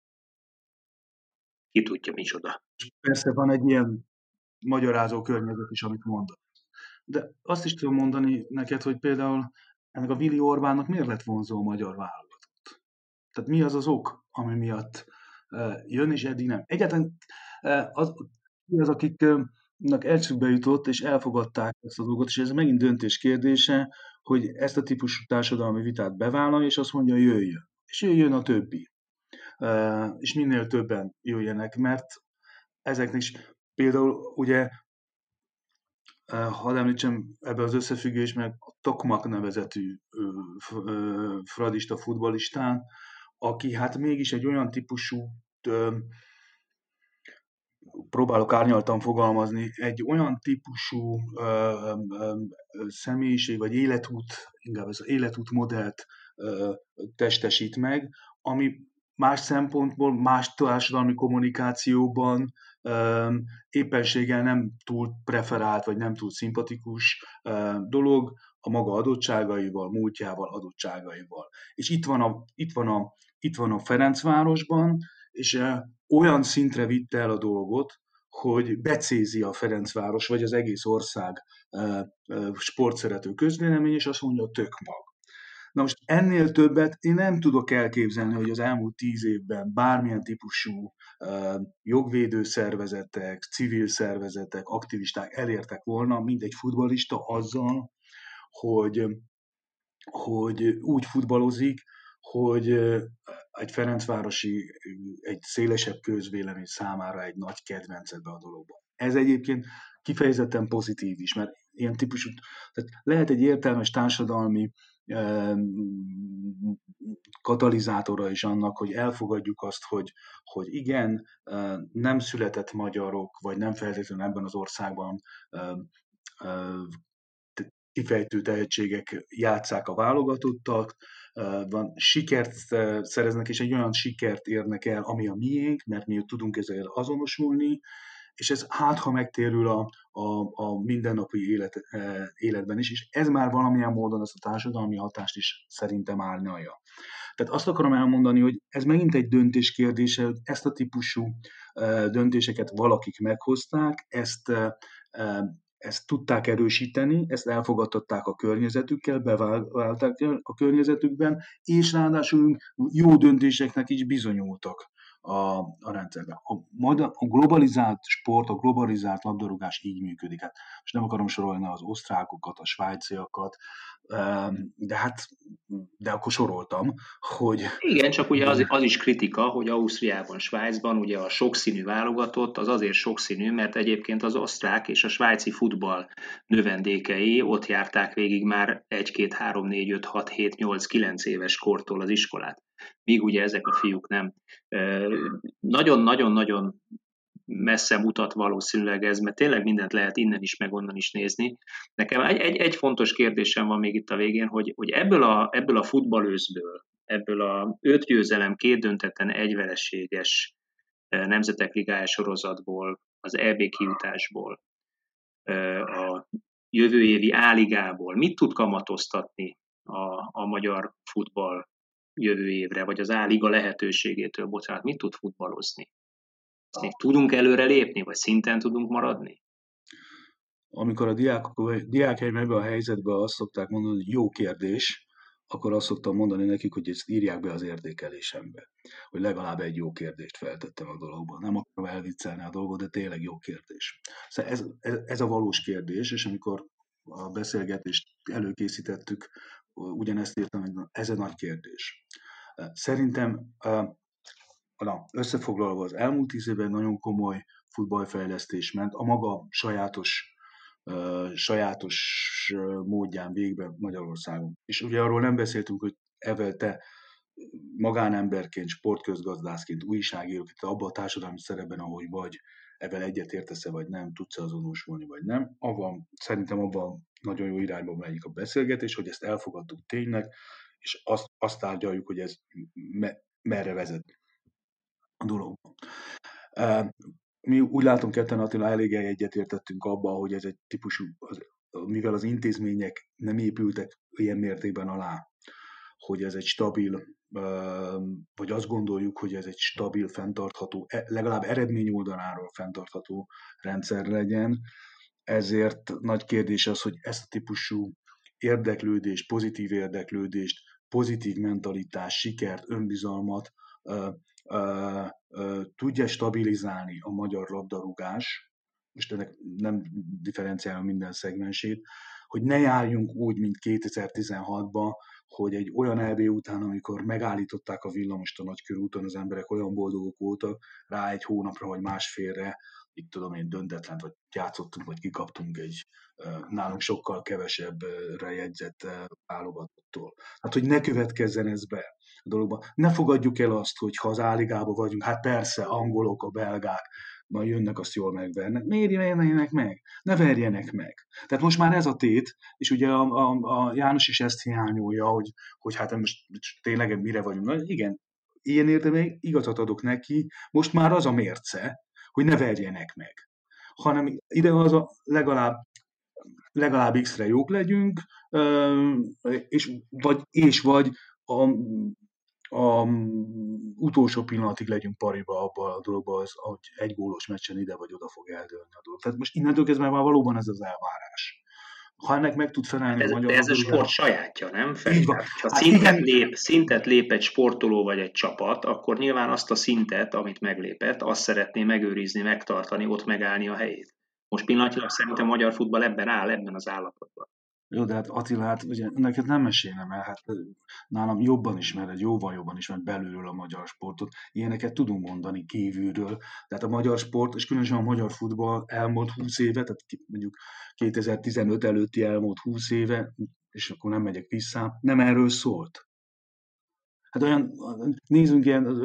ki tudja micsoda. Persze van egy ilyen magyarázó környezet is, amit mondod. De azt is tudom mondani neked, hogy például ennek a Willi Orbánnak miért lett vonzó a magyar válogatott? Tehát mi az az ok, ami miatt jön, és eddig nem? Egyáltalán az akiknek eszükbe jutott, és elfogadták ezt a dolgot, és ez megint döntés kérdése, hogy ezt a típusú társadalmi vitát bevállalja, és azt mondja, jöjjön. És jöjjön a többi. És minél többen jöjjenek, mert ezeknek is például ugye, hadd említsem ebbe az összefüggésben a Tokmak nevezetű fradista futballistán, aki hát mégis egy olyan típusú, próbálok árnyaltan fogalmazni, egy olyan típusú személyiség vagy életút, inkább ez az életút modellt testesít meg, ami más szempontból, más társadalmi kommunikációban éppenséggel nem túl preferált, vagy nem túl szimpatikus dolog a maga adottságaival, múltjával, adottságaival. És itt van a Ferencvárosban, és olyan szintre vitte el a dolgot, hogy becézi a Ferencváros, vagy az egész ország sportszerető közvélemény, és azt mondja, tök mag. Na most ennél többet én nem tudok elképzelni, hogy az elmúlt 10 évben bármilyen típusú jogvédő szervezetek, civil szervezetek, aktivisták elértek volna, mint egy futballista azzal, hogy úgy futballozik, hogy egy ferencvárosi, egy szélesebb közvélemény számára egy nagy kedvenc ebbe a dologban. Ez egyébként kifejezetten pozitív is, mert ilyen típusú, tehát lehet egy értelmes társadalmi katalizátora is annak, hogy elfogadjuk azt, hogy igen, nem született magyarok, vagy nem feltétlenül ebben az országban kifejtő tehetségek játsszák a válogatottak, sikert szereznek, és egy olyan sikert érnek el, ami a miénk, mert mi tudunk ezzel azonosulni, és ez ha megtérül a mindennapi életben is, és ez már valamilyen módon ezt a társadalmi hatást is szerintem árnyalja. Tehát azt akarom elmondani, hogy ez megint egy döntés kérdése, hogy ezt a típusú döntéseket valakik meghozták, ezt tudták erősíteni, ezt elfogadtatták a környezetükkel, beválták a környezetükben, és ráadásul jó döntéseknek is bizonyultak a rendszerben. A globalizált sport, a globalizált labdarúgás így működik. Hát most nem akarom sorolni az osztrákokat, a svájciakat, de akkor soroltam, hogy... Igen, csak ugye az is kritika, hogy Ausztriában, Svájcban ugye a sokszínű válogatott az azért sokszínű, mert egyébként az osztrák és a svájci futball növendékei ott járták végig már 1, 2, 3, 4, 5, 6, 7, 8, 9 éves kortól az iskolát. Míg ugye ezek a fiúk nem. Nagyon-nagyon-nagyon messze mutat valószínűleg ez, mert tényleg mindent lehet innen is, meg onnan is nézni. Nekem egy fontos kérdésem van még itt a végén, hogy ebből a futballőzből, ebből a 5 győzelem, 2 döntetlen, 1 vereséges Nemzetek Ligája sorozatból, az EB kijutásból, a jövő évi A-ligából mit tud kamatoztatni a magyar futball jövő évre, vagy az A-liga lehetőségétől, bocsánat, mit tud futballozni? Még tudunk előre lépni, vagy szinten tudunk maradni? Amikor a diákjaim ebben a helyzetben azt szokták mondani, hogy jó kérdés, akkor azt szoktam mondani nekik, hogy ezt írják be az értékelésembe, hogy legalább egy jó kérdést feltettem a dologban. Nem akarom elviccelni a dolgot, de tényleg jó kérdés. Szóval ez a valós kérdés, és amikor a beszélgetést előkészítettük, ugyanezt írtam, hogy ez a nagy kérdés. Szerintem összefoglalva az elmúlt 10 évben nagyon komoly futballfejlesztés ment, a maga sajátos módján végbe Magyarországon. És ugye arról nem beszéltünk, hogy Evel, te magánemberként, sportközgazdászként, újságíróként, abban a társadalmi szerepben, ahogy vagy, ebben egyetértesz-e vagy nem, tudsz-e azonosulni vagy nem. Szerintem abban nagyon jó irányba megyik a beszélgetés, hogy ezt elfogadtuk tényleg, és azt tárgyaljuk, hogy ez merre vezet a dologban. Mi úgy látom, ketten Attila elég egyetértettünk abban, hogy ez egy típusú, mivel az intézmények nem épültek ilyen mértékben alá, hogy ez egy stabil, vagy azt gondoljuk, hogy ez egy stabil, fenntartható, legalább eredmény oldaláról fenntartható rendszer legyen. Ezért nagy kérdés az, hogy ezt a típusú érdeklődést, pozitív mentalitás, sikert, önbizalmat tudja stabilizálni a magyar labdarúgás, most ennek nem differenciálom minden szegmensét, hogy ne járjunk úgy, mint 2016-ban, hogy egy olyan EB után, amikor megállították a villamost a Nagykörúton, az emberek olyan boldogok voltak, rá egy hónapra vagy másfélre, itt tudom én, döntetlent, vagy játszottunk, vagy kikaptunk egy nálunk sokkal kevesebbre jegyzett válogatottól. Hát, hogy ne következzen ez be a dologban. Ne fogadjuk el azt, hogy ha az A-ligában vagyunk, hát persze, angolok, a belgák, majd jönnek, azt jól megvernek. Miért verjenek meg? Ne verjenek meg. Tehát most már ez a tét, és ugye a János is ezt hiányolja, hogy hát most tényleg mire vagyunk. Na, igen, ilyen értelemben igazat adok neki, most már az a mérce, hogy ne verjenek meg. Hanem ide az a legalább X-re jók legyünk, és vagy a utolsó pillanatig legyünk pariba abban a dologban, hogy egy gólos meccsen ide vagy oda fog eldőlni a dolog. Tehát most innentől kezdve már valóban ez az elvárás. Ha ennek meg tud felelni a magyar... De ez a sport sajátja, nem? Így van. Ha szintet lép egy sportoló vagy egy csapat, akkor nyilván azt a szintet, amit meglépett, azt szeretné megőrizni, megtartani, ott megállni a helyét. Most pillanatilag szerintem a magyar futball ebben az állapotban. Jó, de hát Attila, hát ugye neked nem mesélem el, hát nálam jóval jobban ismered belülről a magyar sportot. Ilyeneket tudunk mondani kívülről. Tehát a magyar sport, és különösen a magyar futball elmúlt 20 éve, tehát mondjuk 2015 előtti elmúlt 20 éve, és akkor nem megyek vissza, nem erről szólt. Hát olyan, nézzünk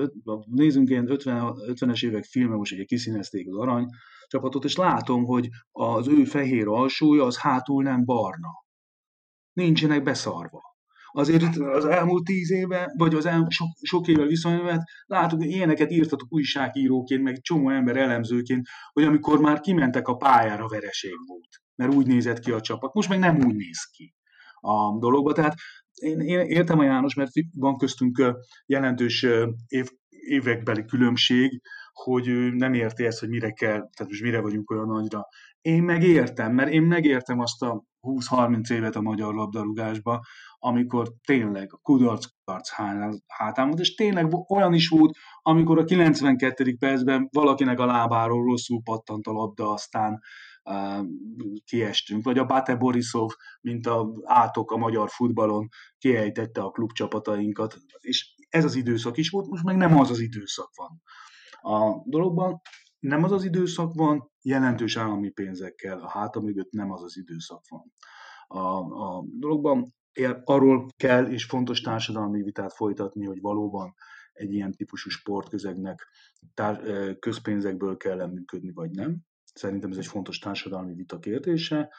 ilyen 50-es évek filme, most ugye kiszínezték az Arany csapatot, és látom, hogy az ő fehér alsója az hátul nem barna. Nincsenek beszarva. Azért az elmúlt 10 éve, vagy az sok évvel viszonylag látok, hogy ilyeneket írtatok újságíróként, meg csomó ember elemzőként, hogy amikor már kimentek a pályára, vereség volt. Mert úgy nézett ki a csapat. Most meg nem úgy néz ki a dologba. Tehát én értem a János, mert van köztünk jelentős évekbeli különbség, hogy ő nem érti ezt, hogy mire kell, tehát most mire vagyunk olyan nagyra. Én megértem, mert én megértem azt a 20-30 évet a magyar labdarúgásba, amikor tényleg a kudarc hátán volt, és tényleg olyan is volt, amikor a 92. percben valakinek a lábáról rosszul pattant a labda, aztán kiestünk, vagy a Bate Borisov, mint a átok a magyar futballon kiejtette a klubcsapatainkat, és ez az időszak is volt, most meg nem az időszak van. A dologban nem az időszak van, jelentős állami pénzekkel, a háta mögött nem az időszak van. A dologban arról kell és fontos társadalmi vitát folytatni, hogy valóban egy ilyen típusú sportközegnek közpénzekből kell működni, vagy nem. Szerintem ez egy fontos társadalmi vita kérdése.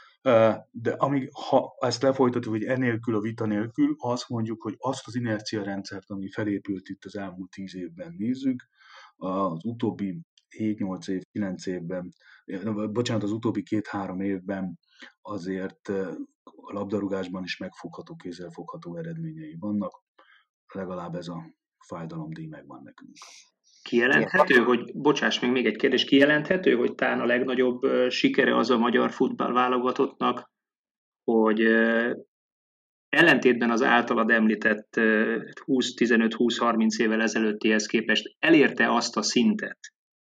De ha ezt lefolytatjuk, hogy enélkül a vita nélkül, azt mondjuk, hogy azt az inerciarendszert, ami felépült itt az elmúlt 10 évben nézzük, az utóbbi 7-8 év, 9 évben, az utóbbi 2-3 évben azért a labdarúgásban is megfogható, kézzelfogható eredményei vannak. Legalább ez a fájdalomdíj megvan nekünk. Kijelenthető, hogy, bocsáss, még egy kérdés, kijelenthető, hogy talán a legnagyobb sikere az a magyar futball válogatottnak, hogy ellentétben az általad említett 15-20-30 évvel ezelőttihez képest elérte azt a szintet,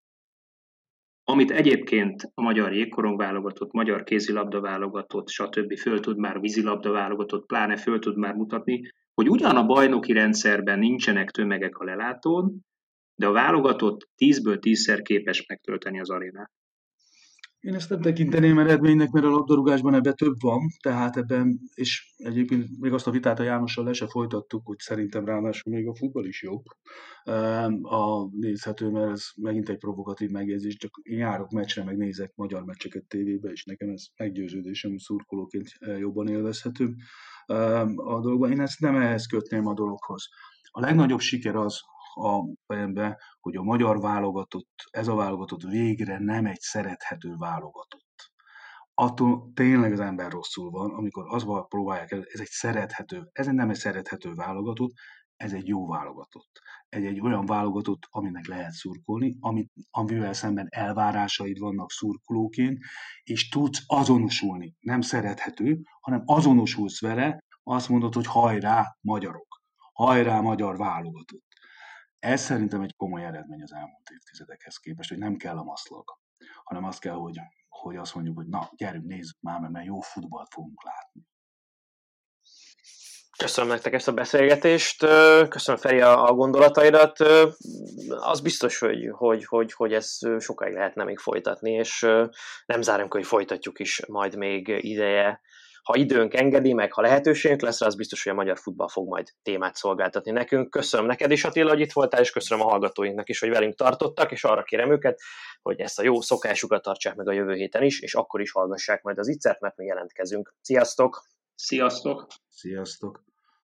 amit egyébként a magyar jégkorong válogatott, magyar kézilabda válogatott, stb. Föl tud már vízilabda válogatott, pláne föl tud már mutatni, hogy ugyan a bajnoki rendszerben nincsenek tömegek a lelátón, de a válogatott 10-ből 10-szer képes megtölteni az arénát. Én ezt nem tekinteném eredménynek, mert a labdarúgásban ebben több van, tehát ebben, és egyébként még azt a vitát a Jánossal le se folytattuk, hogy szerintem ráadásul még a futball is jobb a nézhető, mert ez megint egy provokatív megjegyzés, csak én járok meccsre, meg nézek magyar meccseket tévébe, és nekem ez meggyőződésem, szurkolóként jobban élvezhető a dologban. Én ezt nem ehhez kötném a dologhoz. A legnagyobb siker az a fejemben, hogy a magyar válogatott, ez a válogatott végre nem egy szerethető válogatott. Attól tényleg az ember rosszul van, amikor azt próbálják el, ez egy szerethető, ez nem egy szerethető válogatott, ez egy jó válogatott. Egy olyan válogatott, aminek lehet szurkolni, amivel szemben elvárásaid vannak szurkolóként, és tudsz azonosulni. Nem szerethető, hanem azonosulsz vele, azt mondod, hogy hajrá, magyarok! Hajrá, magyar válogatott! Ez szerintem egy komoly eredmény az elmúlt évtizedekhez képest, hogy nem kell a maszlag, hanem azt kell, hogy azt mondjuk, hogy na, gyerünk, nézzük már, mert jó futballt fogunk látni. Köszönöm nektek ezt a beszélgetést, köszönöm Feri a gondolataidat. Az biztos, hogy ez sokáig lehetne még folytatni, és nem zárom ki, hogy folytatjuk is majd még ideje. Ha időnk engedi, meg ha lehetőségünk lesz, az biztos, hogy a magyar futball fog majd témát szolgáltatni nekünk. Köszönöm neked is, Attila, hogy itt voltál, és köszönöm a hallgatóinknak is, hogy velünk tartottak, és arra kérem őket, hogy ezt a jó szokásukat tartsák meg a jövő héten is, és akkor is hallgassák majd az Iccert, mert mi jelentkezünk. Sziasztok! Sziasztok! Sziasztok!